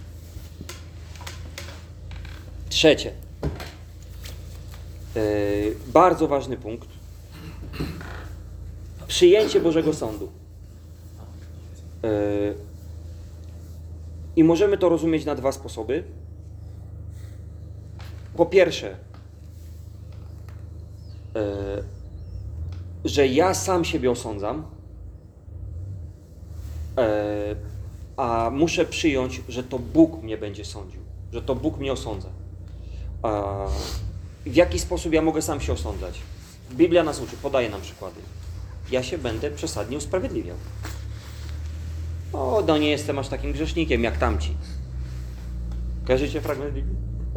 Trzecie. Bardzo ważny punkt. Przyjęcie Bożego Sądu. I możemy to rozumieć na 2 sposoby. Po pierwsze, że ja sam siebie osądzam, a muszę przyjąć, że to Bóg mnie będzie sądził, że to Bóg mnie osądza. W jaki sposób ja mogę sam się osądzać? Biblia nas uczy, podaje nam przykłady. Ja się będę przesadnie usprawiedliwiał. No nie jestem aż takim grzesznikiem jak tamci. Kojarzycie fragment Biblii?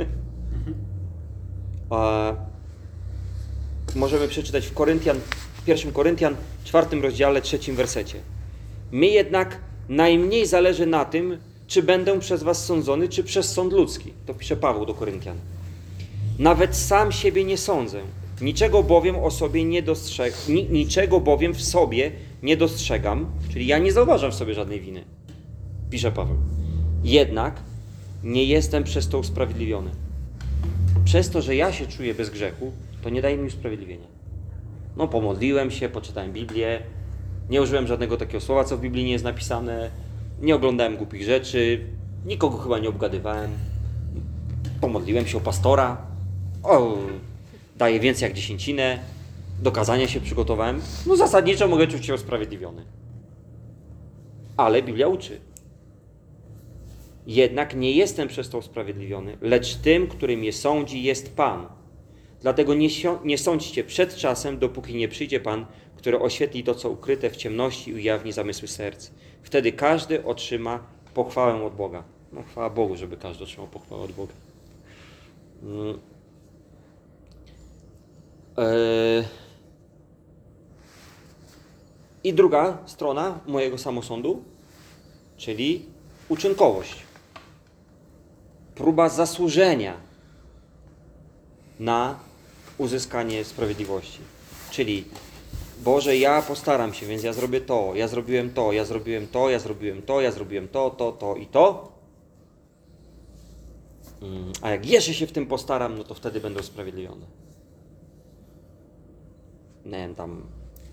Możemy przeczytać w 1 Koryntian 4 rozdziale 3 wersecie. Mi jednak najmniej zależy na tym, czy będę przez was sądzony, czy przez sąd ludzki. To pisze Paweł do Koryntian. Nawet sam siebie nie sądzę. Niczego bowiem w sobie nie dostrzegam, czyli ja nie zauważam w sobie żadnej winy. Pisze Paweł. Jednak nie jestem przez to usprawiedliwiony. Przez to, że ja się czuję bez grzechu, to nie daje mi usprawiedliwienia. No pomodliłem się, poczytałem Biblię, nie użyłem żadnego takiego słowa, co w Biblii nie jest napisane, nie oglądałem głupich rzeczy, nikogo chyba nie obgadywałem, pomodliłem się o pastora, daję więcej jak 10, do kazania się przygotowałem, no zasadniczo mogę czuć się usprawiedliwiony. Ale Biblia uczy. Jednak nie jestem przez to usprawiedliwiony, lecz tym, który mnie sądzi, jest Pan. Dlatego nie sądźcie przed czasem, dopóki nie przyjdzie Pan, który oświetli to, co ukryte w ciemności i ujawni zamysły serc. Wtedy każdy otrzyma pochwałę od Boga. No chwała Bogu, żeby każdy otrzymał pochwałę od Boga. I druga strona mojego samosądu, czyli uczynkowość. Próba zasłużenia na uzyskanie sprawiedliwości. Czyli Boże, ja postaram się, więc ja zrobię to, ja zrobiłem to, ja zrobiłem to, ja zrobiłem to, ja zrobiłem to i to. A jak jeszcze się w tym postaram, no to wtedy będę usprawiedliwiony. Nie wiem, tam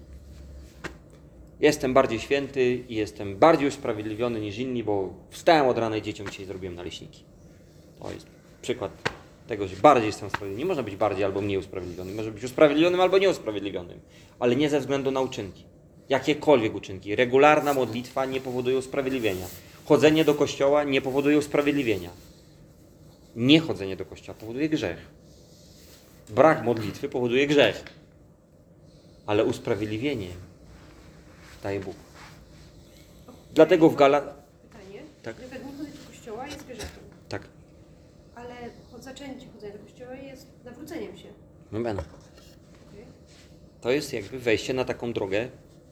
jestem bardziej święty i jestem bardziej usprawiedliwiony niż inni, bo wstałem od rana i dzieciom dzisiaj zrobiłem naleśniki. To jest przykład tego, że bardziej jestem usprawiedliwiony. Nie można być bardziej albo mniej usprawiedliwionym. Może być usprawiedliwionym albo nieusprawiedliwionym. Ale nie ze względu na uczynki. Jakiekolwiek uczynki. Regularna modlitwa nie powoduje usprawiedliwienia. Chodzenie do kościoła nie powoduje usprawiedliwienia. Niechodzenie do kościoła powoduje grzech. Brak modlitwy powoduje grzech. Ale usprawiedliwienie daje Bóg. Dlatego w Pytanie. Tak. Na przykład nie chodzić do kościoła jest grzechem, Tak. ale zaczęcie chodzenia do kościoła jest nawróceniem się. No będę. Okay. To jest jakby wejście na taką drogę,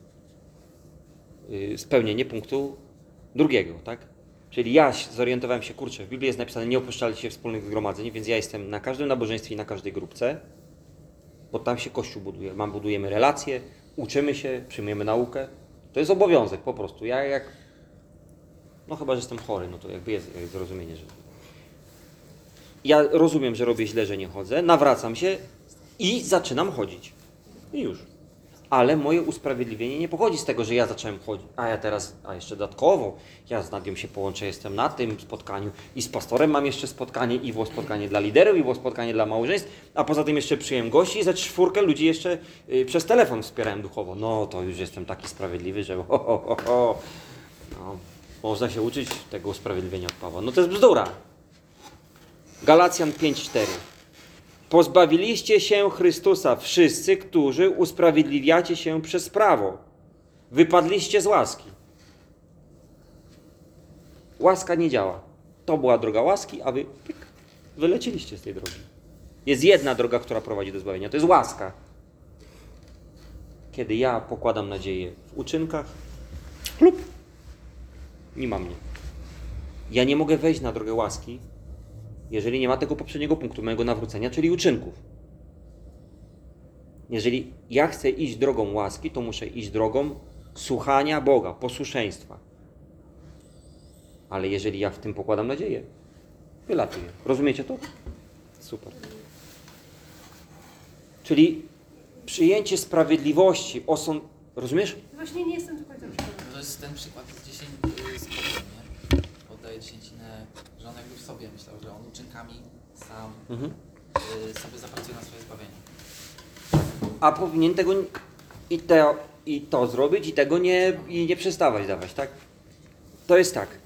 spełnienie punktu drugiego, tak? Czyli ja zorientowałem się, kurczę, w Biblii jest napisane, nie opuszczajcie się wspólnych zgromadzeń, więc ja jestem na każdym nabożeństwie i na każdej grupce, bo tam się Kościół buduje. Budujemy relacje, uczymy się, przyjmujemy naukę. To jest obowiązek po prostu. Ja jak No chyba, że jestem chory, no to jakby jest zrozumienie, że... Ja rozumiem, że robię źle, że nie chodzę, nawracam się i zaczynam chodzić. I już. Ale moje usprawiedliwienie nie pochodzi z tego, że ja zacząłem chodzić, a jeszcze dodatkowo, ja z Nadią się połączę, jestem na tym spotkaniu i z pastorem mam jeszcze spotkanie, i było spotkanie dla liderów, i było spotkanie dla małżeństw, a poza tym jeszcze przyjąłem gości i za 4 ludzi jeszcze przez telefon wspierałem duchowo. No to już jestem taki sprawiedliwy, że No, można się uczyć tego usprawiedliwienia od Pawła. No to jest bzdura. Galacjan 5:4. Pozbawiliście się Chrystusa wszyscy, którzy usprawiedliwiacie się przez prawo. Wypadliście z łaski. Łaska nie działa. To była droga łaski, a wy wylecieliście z tej drogi. Jest jedna droga, która prowadzi do zbawienia. To jest łaska. Kiedy ja pokładam nadzieję w uczynkach, plup, nie ma mnie. Ja nie mogę wejść na drogę łaski, jeżeli nie ma tego poprzedniego punktu, mojego nawrócenia, czyli uczynków. Jeżeli ja chcę iść drogą łaski, to muszę iść drogą słuchania Boga, posłuszeństwa. Ale jeżeli ja w tym pokładam nadzieję, wylatuję. Rozumiecie to? Super. Czyli przyjęcie sprawiedliwości, rozumiesz? Właśnie nie jestem do końca przekonana. To jest ten przykład z 10 spotkań, nie? Oddaje dziesięcinę, że on jakby w sobie myślał, że on uczynkami sam sobie zapracuje na swoje zbawienie. A powinien tego i to zrobić i tego nie przestawać dawać, tak? To jest tak.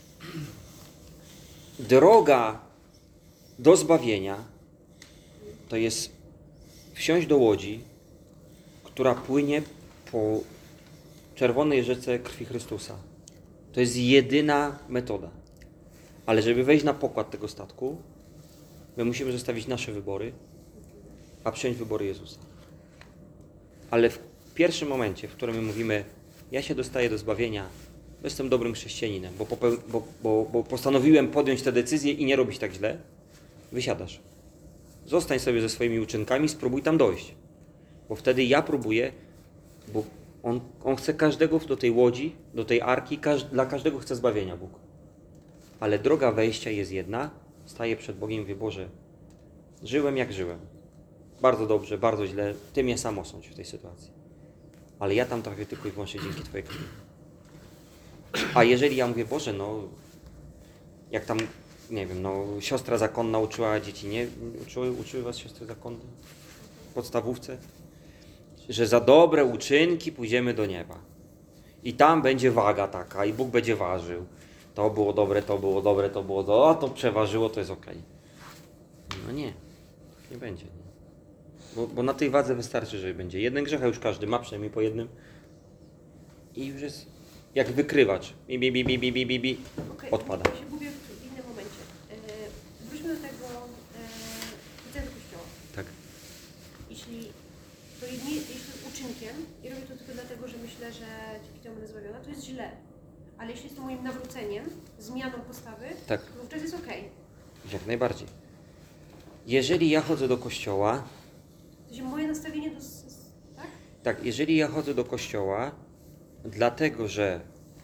Droga do zbawienia to jest wsiąść do łodzi, która płynie po czerwonej rzece krwi Chrystusa. To jest jedyna metoda. Ale żeby wejść na pokład tego statku, my musimy zostawić nasze wybory, a przyjąć wybory Jezusa. Ale w pierwszym momencie, w którym my mówimy, ja się dostaję do zbawienia, bo jestem dobrym chrześcijaninem, bo postanowiłem podjąć tę decyzję i nie robić tak źle, wysiadasz. Zostań sobie ze swoimi uczynkami, spróbuj tam dojść. Bo wtedy ja próbuję, bo on chce każdego do tej łodzi, do tej arki, dla każdego chce zbawienia Bóg. Ale droga wejścia jest jedna, staję przed Bogiem i mówię, Boże, żyłem jak żyłem. Bardzo dobrze, bardzo źle, Ty mnie sam osądź w tej sytuacji. Ale ja tam trafię tylko i wyłącznie dzięki Twojej krwi. A jeżeli ja mówię, Boże, no, jak tam, nie wiem, no, siostra zakonna uczyła dzieci, nie? Uczyły was siostry zakonne w podstawówce? Że za dobre uczynki pójdziemy do nieba. I tam będzie waga taka i Bóg będzie ważył. To było dobre, to było dobre, to było dobre, a to przeważyło, to jest okej. No nie będzie. Nie. Bo na tej wadze wystarczy, że będzie jeden grzech, a już każdy ma przynajmniej po jednym. I już jest jak wykrywacz. Odpada. Ja się gubię w innym momencie. Wróćmy do tego chodzenia do kościoła. Tak. Jeśli jest uczynkiem i robię to tylko dlatego, że myślę, że dzięki temu będę zbawiona, to jest źle. Ale jeśli jest to moim nawróceniem, zmianą postawy, Tak. to wówczas jest okej. Jak najbardziej. Jeżeli ja chodzę do kościoła, To się moje nastawienie do... tak? tak, jeżeli ja chodzę do kościoła, dlatego, że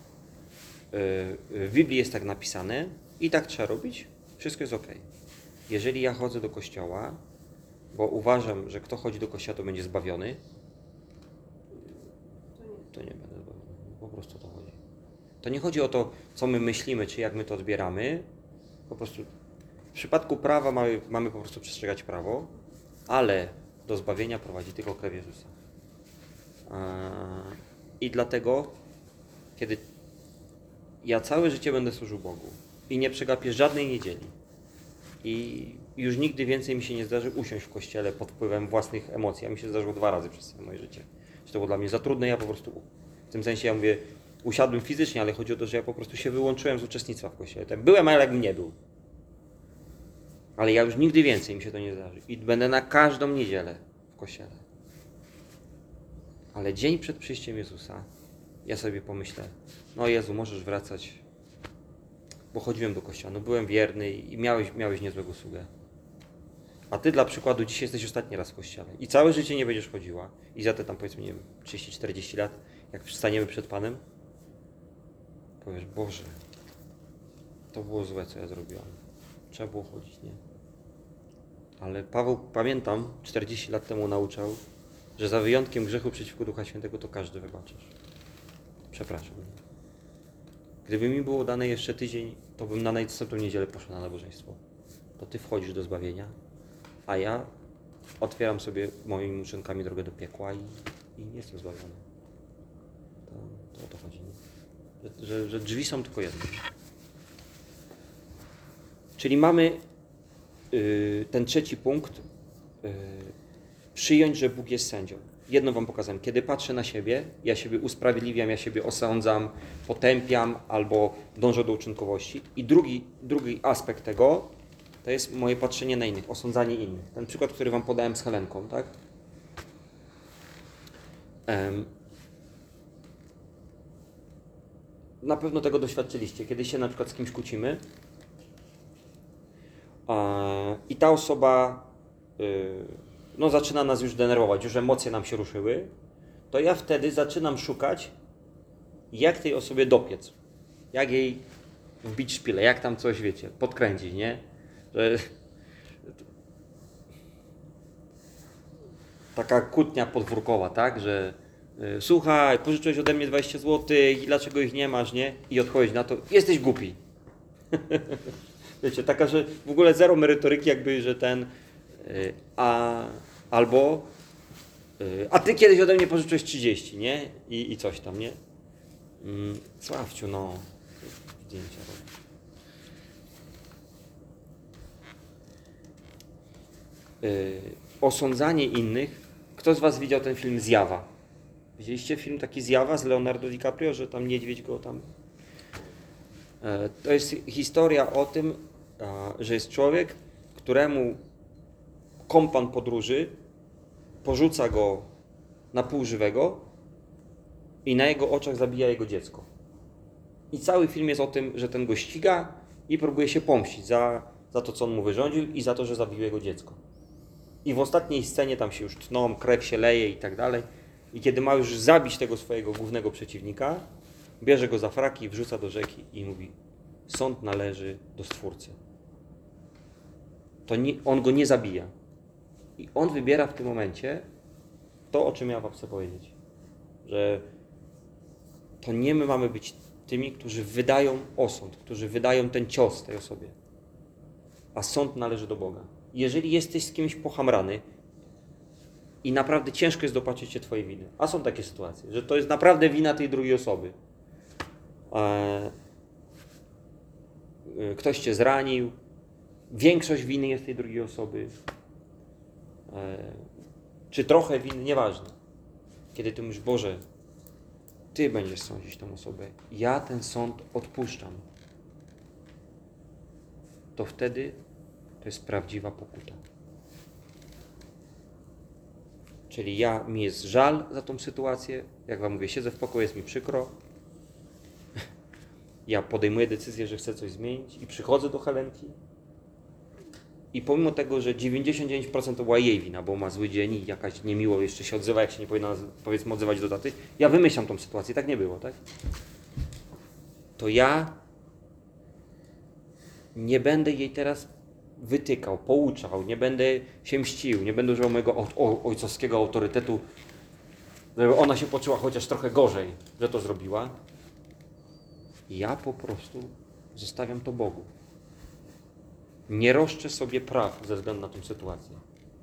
w Biblii jest tak napisane i tak trzeba robić, wszystko jest ok. Jeżeli ja chodzę do kościoła, bo uważam, że kto chodzi do kościoła, to będzie zbawiony, to nie będę zbawiony. Po prostu o to chodzi. To nie chodzi o to, co my myślimy, czy jak my to odbieramy. Po prostu w przypadku prawa mamy po prostu przestrzegać prawo, ale do zbawienia prowadzi tylko krew Jezusa. I dlatego, kiedy ja całe życie będę służył Bogu i nie przegapię żadnej niedzieli i już nigdy więcej mi się nie zdarzy usiąść w kościele pod wpływem własnych emocji, a mi się zdarzyło 2 razy przez całe moje życie. Że to było dla mnie za trudne, ja po prostu, w tym sensie ja mówię, usiadłem fizycznie, ale chodzi o to, że ja po prostu się wyłączyłem z uczestnictwa w kościele. Tak byłem, ale jakbym nie był. Ale ja już nigdy więcej mi się to nie zdarzy i będę na każdą niedzielę w kościele. Ale dzień przed przyjściem Jezusa ja sobie pomyślę, no Jezu, możesz wracać, bo chodziłem do kościoła, no byłem wierny i miałeś niezłego sługę. A Ty dla przykładu dzisiaj jesteś ostatni raz w kościele i całe życie nie będziesz chodziła i za te tam powiedzmy, nie wiem, 30-40 lat, jak staniemy przed Panem, powiesz, Boże, to było złe, co ja zrobiłem. Trzeba było chodzić, nie? Ale Paweł, pamiętam, 40 lat temu nauczał, że za wyjątkiem grzechu przeciwko Ducha Świętego to każdy wybaczasz. Przepraszam. Gdyby mi było dane jeszcze tydzień, to bym na następną niedzielę poszedł na nabożeństwo. To ty wchodzisz do zbawienia, a ja otwieram sobie moimi uczynkami drogę do piekła i nie jestem zbawiony. To o to chodzi. Nie? Że drzwi są tylko jedne. Czyli mamy ten trzeci punkt, przyjąć, że Bóg jest sędzią. Jedno wam pokazałem. Kiedy patrzę na siebie, ja siebie usprawiedliwiam, ja siebie osądzam, potępiam albo dążę do uczynkowości. I drugi aspekt tego to jest moje patrzenie na innych, osądzanie innych. Ten przykład, który wam podałem z Helenką, tak? Na pewno tego doświadczyliście. Kiedy się na przykład z kimś kłócimy i ta osoba zaczyna nas już denerwować, już emocje nam się ruszyły, to ja wtedy zaczynam szukać, jak tej osobie dopiec. Jak jej wbić szpilę, jak tam coś, wiecie, podkręcić, nie? Że taka kłótnia podwórkowa, tak? Że słuchaj, pożyczyłeś ode mnie 20 zł i dlaczego ich nie masz, nie? I odpowiedź na to, jesteś głupi. Wiecie, taka, że w ogóle zero merytoryki, jakby, że a ty kiedyś ode mnie pożyczyłeś 30, nie? I coś tam, nie? Sławciu, no. Zdjęcia robię. Osądzanie innych. Kto z was widział ten film Zjawa? Widzieliście film taki Zjawa z Leonardo DiCaprio, że tam niedźwiedź go tam... To jest historia o tym, że jest człowiek, któremu kompan podróży porzuca go na pół żywego i na jego oczach zabija jego dziecko. I cały film jest o tym, że ten go ściga i próbuje się pomścić za to, co on mu wyrządził i za to, że zabił jego dziecko. I w ostatniej scenie tam się już tną, krew się leje i tak dalej. I kiedy ma już zabić tego swojego głównego przeciwnika, bierze go za fraki, wrzuca do rzeki i mówi: sąd należy do Stwórcy. On go nie zabija. I on wybiera w tym momencie to, o czym ja wam chcę powiedzieć. Że to nie my mamy być tymi, którzy wydają osąd, którzy wydają ten cios tej osobie. A sąd należy do Boga. Jeżeli jesteś z kimś pochamrany i naprawdę ciężko jest dopatrzyć się twojej winy, a są takie sytuacje, że to jest naprawdę wina tej drugiej osoby. Ktoś cię zranił, większość winy jest tej drugiej osoby, czy trochę winy, nieważne. Kiedy ty mówisz: Boże, ty będziesz sądzić tę osobę, ja ten sąd odpuszczam, to wtedy to jest prawdziwa pokuta. Czyli mi jest żal za tą sytuację, jak wam mówię, siedzę w pokoju, jest mi przykro, ja podejmuję decyzję, że chcę coś zmienić i przychodzę do Helenki i pomimo tego, że 99% to była jej wina, bo ma zły dzień i jakaś niemiło jeszcze się odzywa, jak się nie powinna, powiedzmy, odzywać do taty, ja wymyślam tą sytuację, tak nie było, tak? To ja nie będę jej teraz wytykał, pouczał, nie będę się mścił, nie będę używał mojego ojcowskiego autorytetu, żeby ona się poczuła chociaż trochę gorzej, że to zrobiła. Ja po prostu zostawiam to Bogu. Nie roszczę sobie praw ze względu na tę sytuację.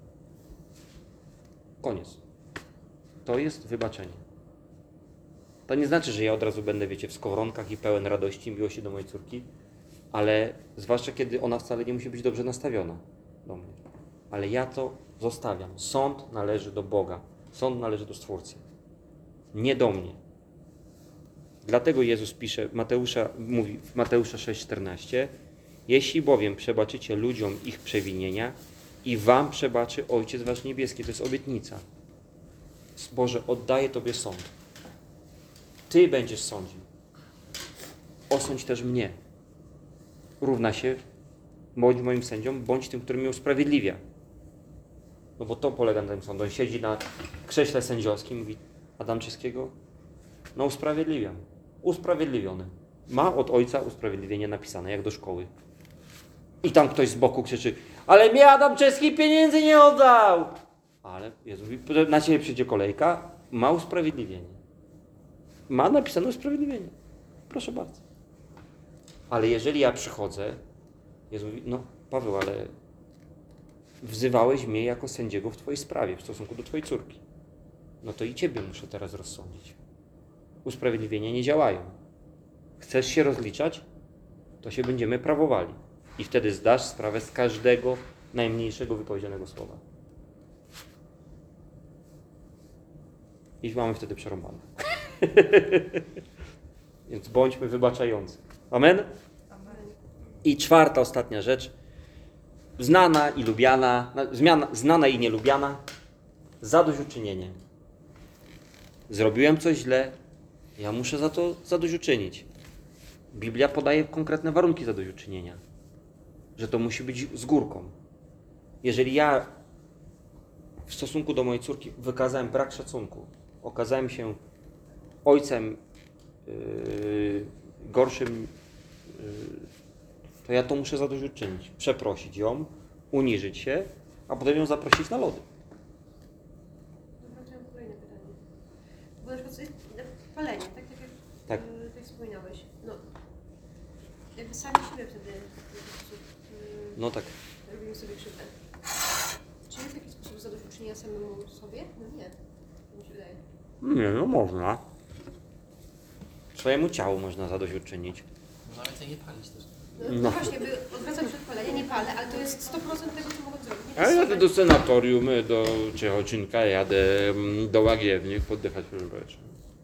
Koniec. To jest wybaczenie. To nie znaczy, że ja od razu będę, wiecie, w skowronkach i pełen radości i miłości do mojej córki, ale zwłaszcza kiedy ona wcale nie musi być dobrze nastawiona do mnie. Ale ja to zostawiam. Sąd należy do Boga. Sąd należy do Stwórcy. Nie do mnie. Dlatego Jezus pisze, mówi w Mateusza 6,14: jeśli bowiem przebaczycie ludziom ich przewinienia, i wam przebaczy Ojciec wasz niebieski. To jest obietnica. Boże, oddaję Tobie sąd. Ty będziesz sądził. Osądź też mnie. Równa się: bądź moim sędzią, bądź tym, który mnie usprawiedliwia. No bo to polega na tym sądu. On siedzi na krześle sędziowskim, mówi: Adamczyckiego, no usprawiedliwiam. Usprawiedliwiony. ma od ojca usprawiedliwienie napisane, jak do szkoły. I tam ktoś z boku krzyczy, ale mi Adam Czeski pieniędzy nie oddał! Ale Jezus mówi, na ciebie przyjdzie kolejka, ma usprawiedliwienie. Ma napisane usprawiedliwienie. Proszę bardzo. Ale jeżeli ja przychodzę, Jezus mówi, no Paweł, ale wzywałeś mnie jako sędziego w twojej sprawie, w stosunku do twojej córki. No to i ciebie muszę teraz rozsądzić. Usprawiedliwienia nie działają. Chcesz się rozliczać? To się będziemy prawowali. I wtedy zdasz sprawę z każdego najmniejszego wypowiedzianego słowa. I mamy wtedy przerąbane. Więc bądźmy wybaczający. Amen? I czwarta, ostatnia rzecz. Znana i lubiana, znana i nielubiana. Zadośćuczynienie. Zrobiłem coś źle, ja muszę za to zadośćuczynić. Biblia podaje konkretne warunki zadośćuczynienia. Że to musi być z górką. Jeżeli ja w stosunku do mojej córki wykazałem brak szacunku, okazałem się ojcem gorszym, to ja to muszę zadośćuczynić. Przeprosić ją, uniżyć się, a potem ją zaprosić na lody. Dobra, to mam kolejne pytanie. Bo na przykład jest palenie, tak jak Tak. tak wspominałeś. No, jakby sami siebie wtedy w jakiś sposób No tak. robimy sobie krzywdę. Czy jest taki sposób zadośćuczynienia samemu sobie? No nie, to mi się wydaje. Nie, no można. Swojemu ciału można zadośćuczynić. Można więcej nie palić też. No właśnie, by odwracam się od palenia, nie palę, ale to jest 100% tego, co mogę zrobić. Nie A ja jadę pasować. do senatorium, do Ciechoczinka, jadę do Łagiewnik poddychać powietrze.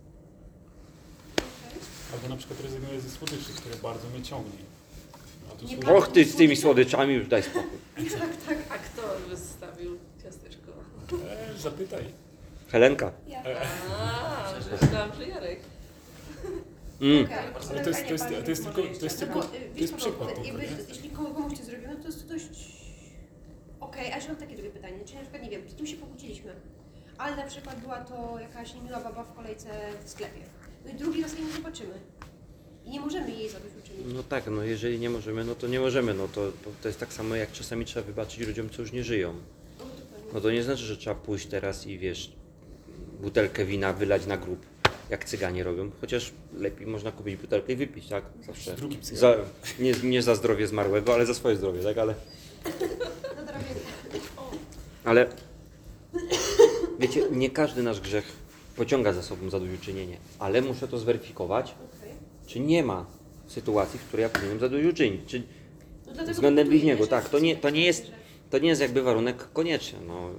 Albo na przykład rezygnuję ze słodyczy, które bardzo mnie ciągnie. A to Nie słodycze- pan- Och ty z tymi słodyczami już daj spokój. A kto wystawił ciasteczko? Zapytaj. Helenka. Myślałam, że Jarek. Okej, Ale to jest tylko wiesz, przykład Paweł, tylko, jakby, nie? jeśli komuś to zrobimy, to jest to dość okej, a jeszcze mam takie drugie pytanie, czyli na przykład, nie wiem, z kim się pokłóciliśmy, ale na przykład była to jakaś niemiła baba w kolejce w sklepie, no i drugi raz jej nie zobaczymy i nie możemy jej zadośćuczynić. No tak, no jeżeli nie możemy, no to nie możemy. No to jest tak samo jak czasami trzeba wybaczyć ludziom, co już nie żyją. No, dokładnie. No to nie znaczy, że trzeba pójść teraz i wiesz, butelkę wina wylać na grób, jak cyganie robią. Chociaż lepiej można kupić butelkę i wypić, tak? Zawsze. Z drugim Za, nie za zdrowie zmarłego, ale za swoje zdrowie, tak? No to robię. Ale wiecie, nie każdy nasz grzech pociąga za sobą zadośćuczynienie, ale muszę to zweryfikować, Okej. czy nie ma sytuacji, w której ja powinienem zadośćuczynić, czy No dlatego względem pytuję, bliźniego, że tak, to nie jest jakby warunek konieczny, no.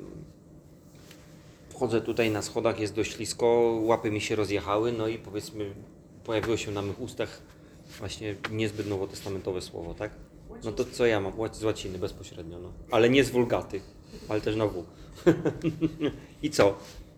Wchodzę tutaj na schodach, jest dość ślisko, łapy mi się rozjechały, no i powiedzmy, pojawiło się na mych ustach właśnie niezbyt nowotestamentowe słowo, tak? No to co ja mam? Z łaciny bezpośrednio, no. Ale nie z wulgaty, ale też na W. I co?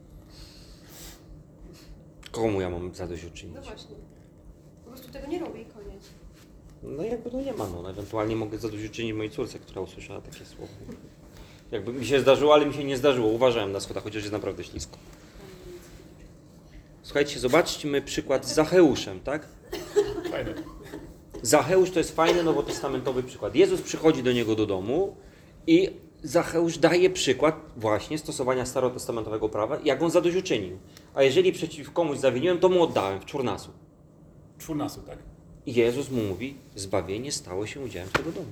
Komu ja mam zadośćuczynić? No właśnie. Po prostu tego nie robię i koniec. No jakby no nie ma, no. Ewentualnie mogę zadośćuczynić mojej córce, która usłyszała takie słowo. Jakby mi się zdarzyło, ale mi się nie zdarzyło. Uważałem na schodach, chociaż jest naprawdę ślisko. Słuchajcie, zobaczmy przykład z Zacheuszem, tak? Fajne. Zacheusz to jest fajny nowotestamentowy przykład. Jezus przychodzi do niego do domu i Zacheusz daje przykład właśnie stosowania starotestamentowego prawa, jak on zadośćuczynił. A jeżeli przeciw komuś zawiniłem, to mu oddałem w czurnasu. Czwórnasu, tak? I Jezus mu mówi, zbawienie stało się udziałem tego domu.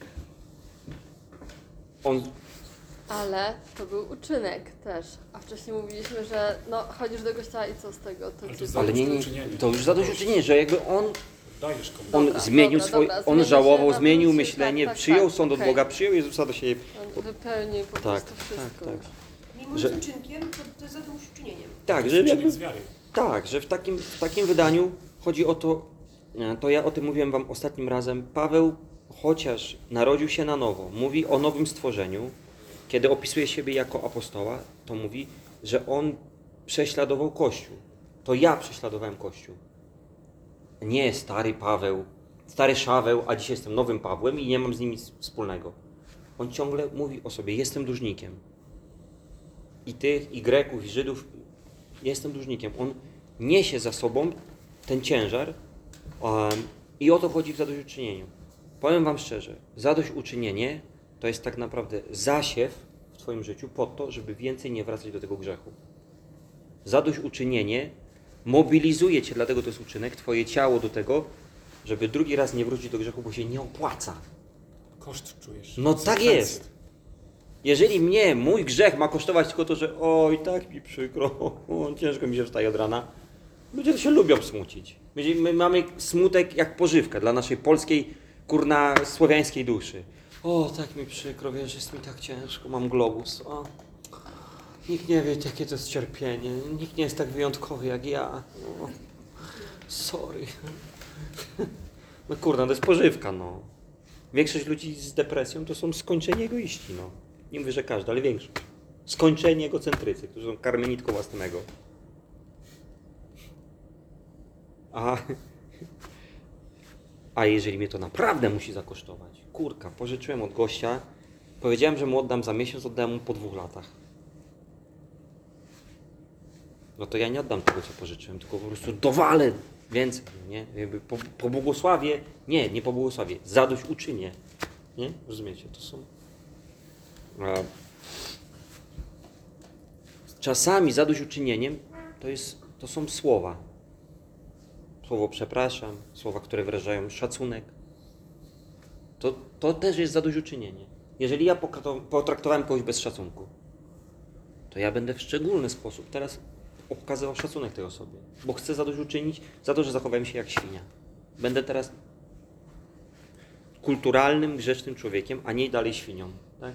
On Ale to był uczynek też. A wcześniej mówiliśmy, że no chodzisz do kościoła i co z tego? To Ale to ty... jest Ale nie, zadośćuczynienie. to już zadośćuczynienie, że jakby on Dajesz komuś. On Dobra, zmienił dobra, swoje, dobra, on zmienił żałował, się, zmienił nawrócił, myślenie, tak, przyjął tak, sąd od okej. Boga, przyjął Jezusa do siebie. On wypełnił po Tak, prostu wszystko. tak. Mimo Że- z uczynkiem, to jest zadośćuczynieniem. Tak, To że jest jakby, uczynek z wiary. tak, że w takim wydaniu chodzi o to, to ja o tym mówiłem wam ostatnim razem, Paweł, chociaż narodził się na nowo, mówi o nowym stworzeniu, kiedy opisuje siebie jako apostoła, to mówi, że on prześladował Kościół. To ja prześladowałem Kościół. Nie stary Paweł, stary Szaweł, a dzisiaj jestem nowym Pawłem i nie mam z nim nic wspólnego. On ciągle mówi o sobie, jestem dłużnikiem. I tych, i Greków, i Żydów, jestem dłużnikiem. On niesie za sobą ten ciężar I o to chodzi w zadośćuczynieniu. Powiem wam szczerze, zadośćuczynienie to jest tak naprawdę zasiew w twoim życiu po to, żeby więcej nie wracać do tego grzechu. Zadośćuczynienie mobilizuje cię, dlatego to jest uczynek, twoje ciało do tego, żeby drugi raz nie wrócić do grzechu, bo się nie opłaca. Koszt czujesz. No tak konsekwencje. jest. Jeżeli mnie, mój grzech ma kosztować tylko to, że oj, tak mi przykro, ciężko mi się wstaje od rana. Ludzie się lubią smucić. My mamy smutek jak pożywka dla naszej polskiej, kurna, słowiańskiej duszy. O, tak mi przykro, wiesz, jest mi tak ciężko, mam globus. O, nikt nie wie, jakie to jest cierpienie. Nikt nie jest tak wyjątkowy jak ja. O, sorry. No kurna, to jest pożywka, no. Większość ludzi z depresją to są skończeni egoiści, no. Nie mówię, że każdy, ale większość. Skończeni egocentrycy, którzy są karmenitką własnego. A jeżeli mnie to naprawdę musi zakosztować, kurka, pożyczyłem od gościa, powiedziałem, że mu oddam za miesiąc, oddałem mu po 2 latach. No to ja nie oddam tego, co pożyczyłem, tylko po prostu dowalę więcej, nie? Jakby pobłogosławię, nie pobłogosławię, zadośćuczynię, nie? Rozumiecie, to są... Czasami zadośćuczynieniem to są słowa. Słowo przepraszam, słowa, które wyrażają szacunek. To też jest zadośćuczynienie. Jeżeli ja potraktowałem kogoś bez szacunku, to ja będę w szczególny sposób teraz okazywał szacunek tej osobie, bo chcę zadośćuczynić za to, że zachowałem się jak świnia. Będę teraz kulturalnym, grzecznym człowiekiem, a nie dalej świnią. Tak?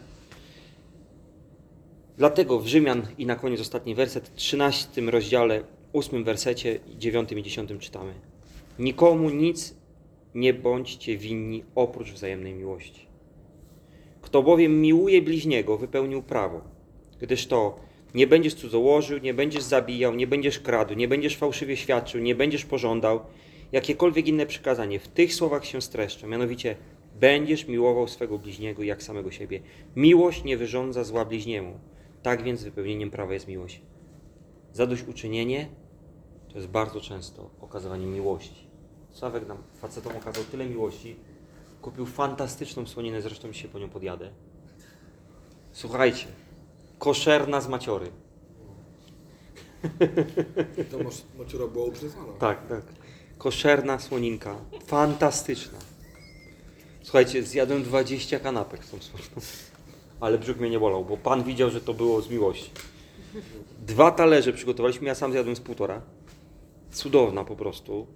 Dlatego w Rzymian i na koniec ostatni werset, w 13 rozdziale, 8 wersecie, 9 i 10 czytamy: nikomu nic nie bądźcie winni oprócz wzajemnej miłości. Kto bowiem miłuje bliźniego, wypełnił prawo. Gdyż to nie będziesz cudzołożył, nie będziesz zabijał, nie będziesz kradł, nie będziesz fałszywie świadczył, nie będziesz pożądał, jakiekolwiek inne przykazanie w tych słowach się streszcza, mianowicie będziesz miłował swego bliźniego jak samego siebie. Miłość nie wyrządza zła bliźniemu. Tak więc wypełnieniem prawa jest miłość. Zadośćuczynienie to jest bardzo często okazywanie miłości. Sławek nam, facetom, okazał tyle miłości. Kupił fantastyczną słoninę, zresztą się po nią podjadę. Słuchajcie, koszerna z maciory. To maciora była uprzedzana. Tak. Koszerna słoninka. Fantastyczna. Słuchajcie, zjadłem 20 kanapek z tą słoniną. Ale brzuch mnie nie bolał, bo Pan widział, że to było z miłości. 2 talerze przygotowaliśmy, ja sam zjadłem z 1,5. Cudowna po prostu.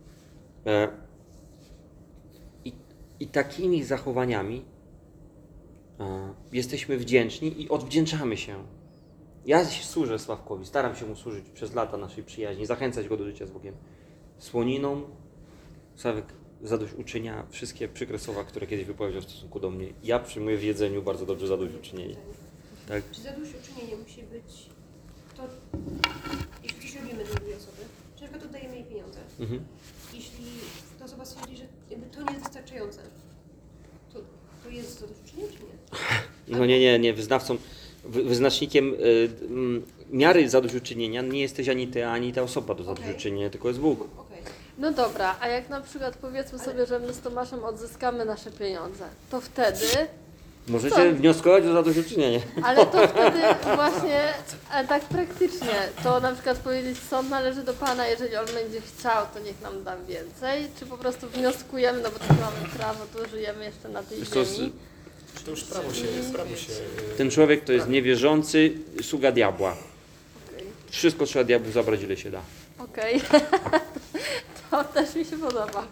I takimi zachowaniami jesteśmy wdzięczni i odwdzięczamy się. Ja służę Sławkowi, staram się mu służyć przez lata naszej przyjaźni, zachęcać go do życia z Bogiem. Słoniną Sławek zadośćuczynia wszystkie przykre słowa, które kiedyś wypowiedział w stosunku do mnie. Ja przyjmuję w jedzeniu bardzo dobrze zadośćuczynienie. Tak? Czy zadośćuczynienie musi być to, jeśli coś robimy dla drugiej osoby, czy na przykład oddajemy jej pieniądze, jeśli ta osoba stwierdzi, że jakby to nie jest wystarczające, to jest zadośćuczynienie, czy nie? No nie. Wyznacznikiem miary zadośćuczynienia nie jesteś ani ty, ani ta osoba do zadośćuczynienia, tylko jest Bóg. Okej. No dobra, a jak na przykład powiedzmy sobie, że my z Tomaszem odzyskamy nasze pieniądze, to wtedy, Możecie wnioskować o zadośćuczynienie. ale to wtedy właśnie tak praktycznie, to na przykład powiedzieć, sąd należy do Pana, jeżeli On będzie chciał, to niech nam da więcej, czy po prostu wnioskujemy, no bo takie mamy prawo, to żyjemy jeszcze na tej ziemi. To już prawo się... Ten człowiek to jest niewierzący, sługa diabła. Okej. Wszystko trzeba diabłu zabrać, ile się da. Okej. To też mi się podoba.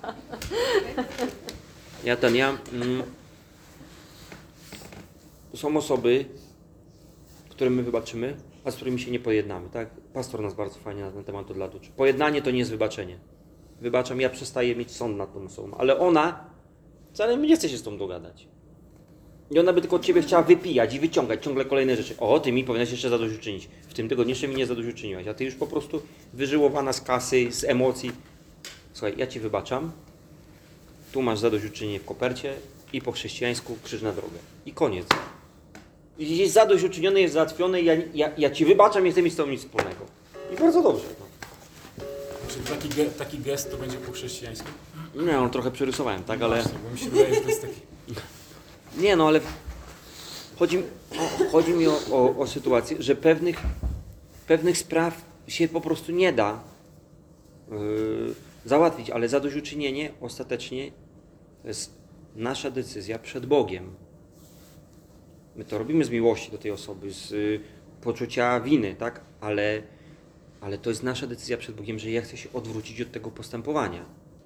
Są osoby, które my wybaczymy, a z którymi się nie pojednamy, tak? Pastor nas bardzo fajnie na ten temat od lat uczy. Pojednanie to nie jest wybaczenie. Wybaczam, ja przestaję mieć sąd nad tą osobą, ale ona wcale nie chce się z tą dogadać. I ona by tylko od ciebie chciała wypijać i wyciągać ciągle kolejne rzeczy. O, ty mi powinieneś jeszcze zadośćuczynić. W tym tygodniu jeszcze mi nie zadośćuczyniłaś, a ty już po prostu wyżyłowana z kasy, z emocji. Słuchaj, ja ci wybaczam, tu masz zadośćuczynienie w kopercie i po chrześcijańsku krzyż na drogę. I koniec. Jest zadośćuczyniony, jest załatwiony, ja ci wybaczam, nie chcę mieć z tobą nic wspólnego. I bardzo dobrze. No. Czy taki gest to będzie po chrześcijańsku? Nie, no trochę przerysowałem, tak, ale... Właśnie, bo mi się wydaje, że to jest taki... Nie, no ale chodzi mi o sytuację, że pewnych spraw się po prostu nie da załatwić, ale zadośćuczynienie ostatecznie to jest nasza decyzja przed Bogiem. My to robimy z miłości do tej osoby, z poczucia winy, tak? Ale to jest nasza decyzja przed Bogiem, że ja chcę się odwrócić od tego postępowania.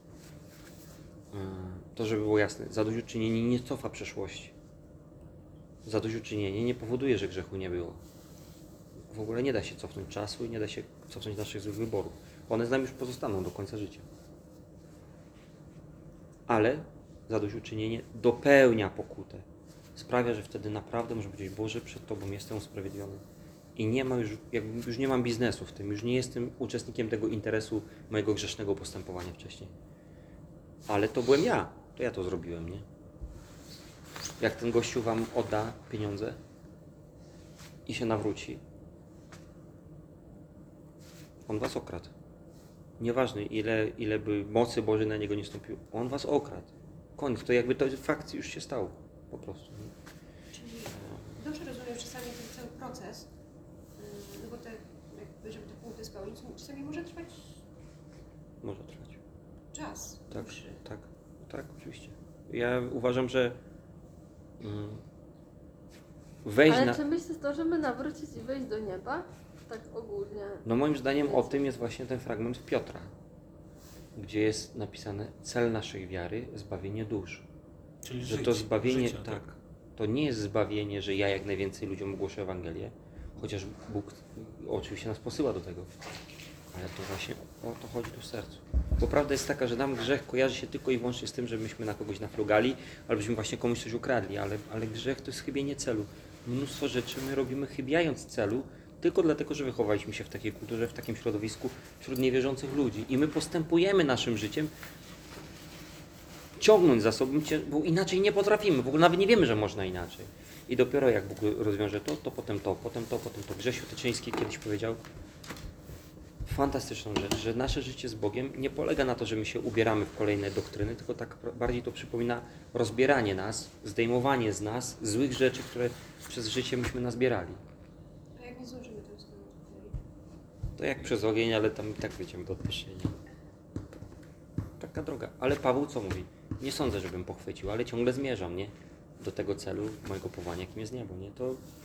To, żeby było jasne, zadośćuczynienie nie cofa przeszłości. Zadośćuczynienie nie powoduje, że grzechu nie było. W ogóle nie da się cofnąć czasu i nie da się cofnąć naszych złych wyborów. One z nami już pozostaną do końca życia. Ale zadośćuczynienie dopełnia pokutę. Sprawia, że wtedy naprawdę może powiedzieć: Boże, przed Tobą jestem usprawiedliwiony. I nie ma już nie mam biznesu w tym, już nie jestem uczestnikiem tego interesu mojego grzesznego postępowania wcześniej. Ale to byłem ja, to ja to zrobiłem, nie? Jak ten gościu wam odda pieniądze i się nawróci, on was okradł. Nieważne, ile by mocy Bożej na niego nie stąpiło, on was okradł. Koniec, to jakby to fakt już się stał po prostu. Czyli dobrze rozumiem czasami ten cały proces, no bo żeby te punkty spełnić, czasami może trwać Może trwać. czas. Tak, dłuższy. tak, oczywiście. Ja uważam, że wejść Ale na... czy myślisz, zdążymy nawrócić i wejść do nieba? Tak ogólnie. No moim zdaniem o tym jest właśnie ten fragment Piotra, gdzie jest napisane: cel naszej wiary, zbawienie dusz. Czyli Że żyć, to zbawienie, życia, tak, to nie jest zbawienie, że ja jak najwięcej ludziom ogłoszę Ewangelię, chociaż Bóg oczywiście nas posyła do tego, ale to właśnie o to chodzi tu w sercu. Bo prawda jest taka, że nam grzech kojarzy się tylko i wyłącznie z tym, że myśmy na kogoś nafrugali, albo byśmy właśnie komuś coś ukradli, ale grzech to jest chybienie celu. Mnóstwo rzeczy my robimy chybiając celu, tylko dlatego, że wychowaliśmy się w takiej kulturze, w takim środowisku, wśród niewierzących ludzi. I my postępujemy naszym życiem, ciągnąć za sobą, bo inaczej nie potrafimy, w ogóle nawet nie wiemy, że można inaczej. I dopiero jak Bóg rozwiąże to potem to, potem to, potem to. Grzesiu Tyczyński kiedyś powiedział fantastyczną rzecz, że nasze życie z Bogiem nie polega na to, że my się ubieramy w kolejne doktryny, tylko tak bardziej to przypomina rozbieranie nas, zdejmowanie z nas złych rzeczy, które przez życie myśmy nazbierali. A jak nie złożymy to jest To jak przez ogień, ale tam i tak wyjdziemy do odpuszczenia. Taka droga. Ale Paweł co mówi? Nie sądzę, żebym pochwycił, ale ciągle zmierzam, nie? Do tego celu mojego powołania, jakim jest niebo, nie?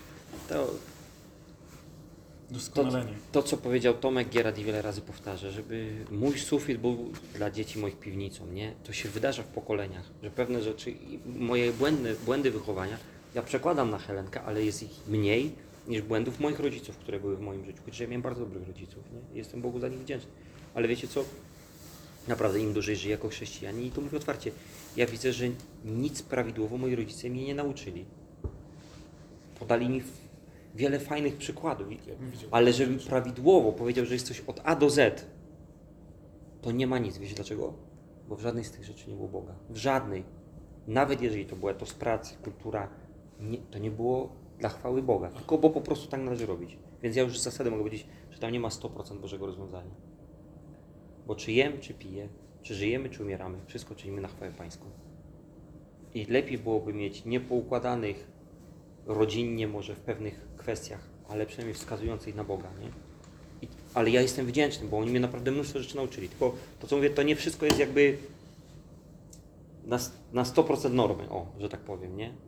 Doskonalenie. To, co powiedział Tomek Gierad i wiele razy powtarza, żeby mój sufit był dla dzieci moich piwnicą, nie? To się wydarza w pokoleniach, że pewne rzeczy, moje błędy wychowania, ja przekładam na Helenkę, ale jest ich mniej niż błędów moich rodziców, które były w moim życiu. Chociaż ja miałem bardzo dobrych rodziców, nie? Jestem Bogu za nich wdzięczny. Ale wiecie co? Naprawdę im dłużej żyję jako chrześcijanin, i to mówię otwarcie, ja widzę, że nic prawidłowo moi rodzice mnie nie nauczyli. Podali mi wiele fajnych przykładów, Ja bym widział ale takie żebym rzeczy. prawidłowo powiedział, że jest coś od A do Z, to nie ma nic. Wiecie dlaczego? Bo w żadnej z tych rzeczy nie było Boga. W żadnej. Nawet jeżeli to była to z pracy, kultura, to nie było dla chwały Boga, tylko bo po prostu tak należy robić. Więc ja już z zasady mogę powiedzieć, że tam nie ma 100% Bożego rozwiązania. Bo czy jem, czy piję, czy żyjemy, czy umieramy, wszystko czynimy na chwałę Pańską. I lepiej byłoby mieć niepoukładanych rodzinnie może w pewnych kwestiach, ale przynajmniej wskazujących na Boga, nie? Ale ja jestem wdzięczny, bo oni mnie naprawdę mnóstwo rzeczy nauczyli. Tylko to, co mówię, to nie wszystko jest jakby na 100% normy, że tak powiem, nie?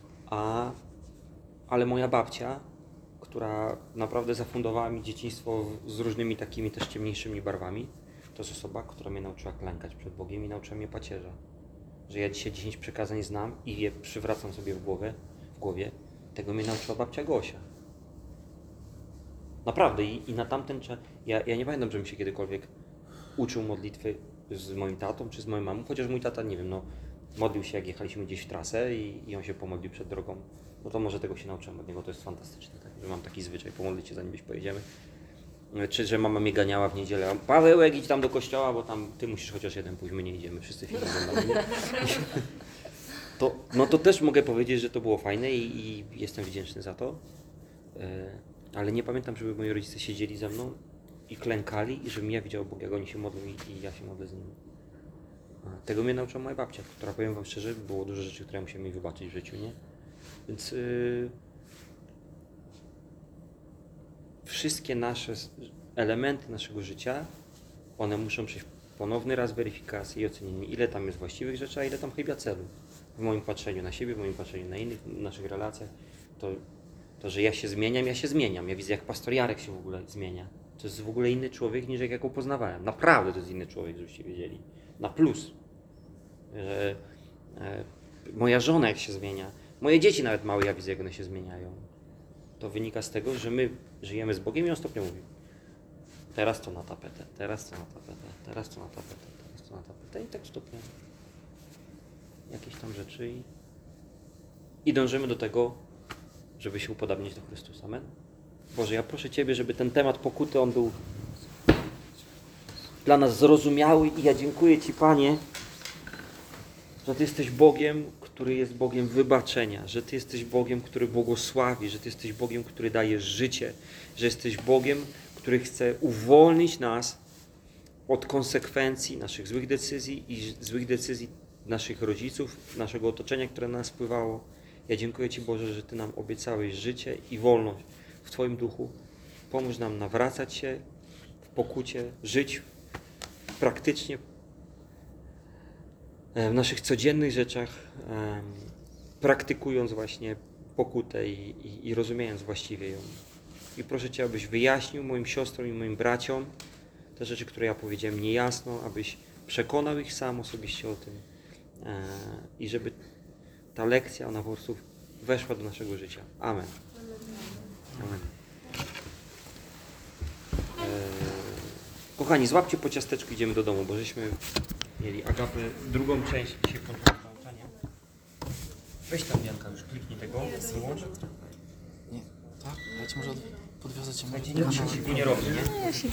Ale moja babcia, która naprawdę zafundowała mi dzieciństwo z różnymi takimi też ciemniejszymi barwami, to jest osoba, która mnie nauczyła klękać przed Bogiem i nauczyła mnie pacierza. Że ja dzisiaj 10 przykazań znam i je przywracam sobie w głowie. Tego mnie nauczyła babcia Gosia. Naprawdę. I na tamten czas... Ja nie pamiętam, żebym się kiedykolwiek uczył modlitwy z moim tatą czy z moją mamą, chociaż mój tata, nie wiem, modlił się, jak jechaliśmy gdzieś w trasę i on się pomodlił przed drogą. No to może tego się nauczyłem od niego, to jest fantastyczne, tak? Że mam taki zwyczaj, pomodlić się zanim gdzieś pojedziemy. Czy że mama mnie ganiała w niedzielę: Pawełek, idź tam do kościoła, bo tam ty musisz chociaż jeden pójść, my nie idziemy, wszyscy film oglądamy. To też mogę powiedzieć, że to było fajne i jestem wdzięczny za to. Ale nie pamiętam, żeby moi rodzice siedzieli ze mną i klękali i żebym ja widział Boga, jak oni się modlą i ja się modlę z nimi. Tego mnie nauczyła moja babcia, która, powiem wam szczerze, było dużo rzeczy, które musiałem jej wybaczyć w życiu, nie? Więc wszystkie nasze elementy naszego życia, one muszą przejść ponowny raz weryfikację i ocenienie, ile tam jest właściwych rzeczy, a ile tam chybia celu. W moim patrzeniu na siebie, w moim patrzeniu na innych, w naszych relacjach, to, że ja się zmieniam. Ja widzę, jak pastor Jarek się w ogóle zmienia. To jest w ogóle inny człowiek, niż jak go poznawałem. Naprawdę to jest inny człowiek, żebyście wiedzieli. Na plus. Że moja żona jak się zmienia, moje dzieci nawet małe, ja widzę, jak one się zmieniają. To wynika z tego, że my żyjemy z Bogiem i On stopniowo mówi: teraz to na tapetę, teraz to na tapetę, teraz to na tapetę, teraz to na tapetę i tak stopniowo. Jakieś tam rzeczy i dążymy do tego, żeby się upodabnić do Chrystusa. Amen? Boże, ja proszę Ciebie, żeby ten temat pokuty, on był dla nas zrozumiały i ja dziękuję Ci, Panie, że Ty jesteś Bogiem, który jest Bogiem wybaczenia, że Ty jesteś Bogiem, który błogosławi, że Ty jesteś Bogiem, który daje życie, że jesteś Bogiem, który chce uwolnić nas od konsekwencji naszych złych decyzji i złych decyzji naszych rodziców, naszego otoczenia, które na nas wpływało. Ja dziękuję Ci, Boże, że Ty nam obiecałeś życie i wolność w Twoim duchu. Pomóż nam nawracać się w pokucie, żyć praktycznie w naszych codziennych rzeczach, praktykując właśnie pokutę i rozumiejąc właściwie ją. I proszę Cię, abyś wyjaśnił moim siostrom i moim braciom te rzeczy, które ja powiedziałem niejasno, abyś przekonał ich sam osobiście o tym i żeby ta lekcja, ona po prostu weszła do naszego życia. Amen. Amen. Kochani, złapcie po ciasteczku, idziemy do domu, bo żeśmy mieli Agapę drugą część dzisiaj podczas nauczania. Weź tam, Janka, już kliknij tego, wyłącz. Nie, tak? Ja Cię może podwiozę Cię. Nic się nie robi, nie?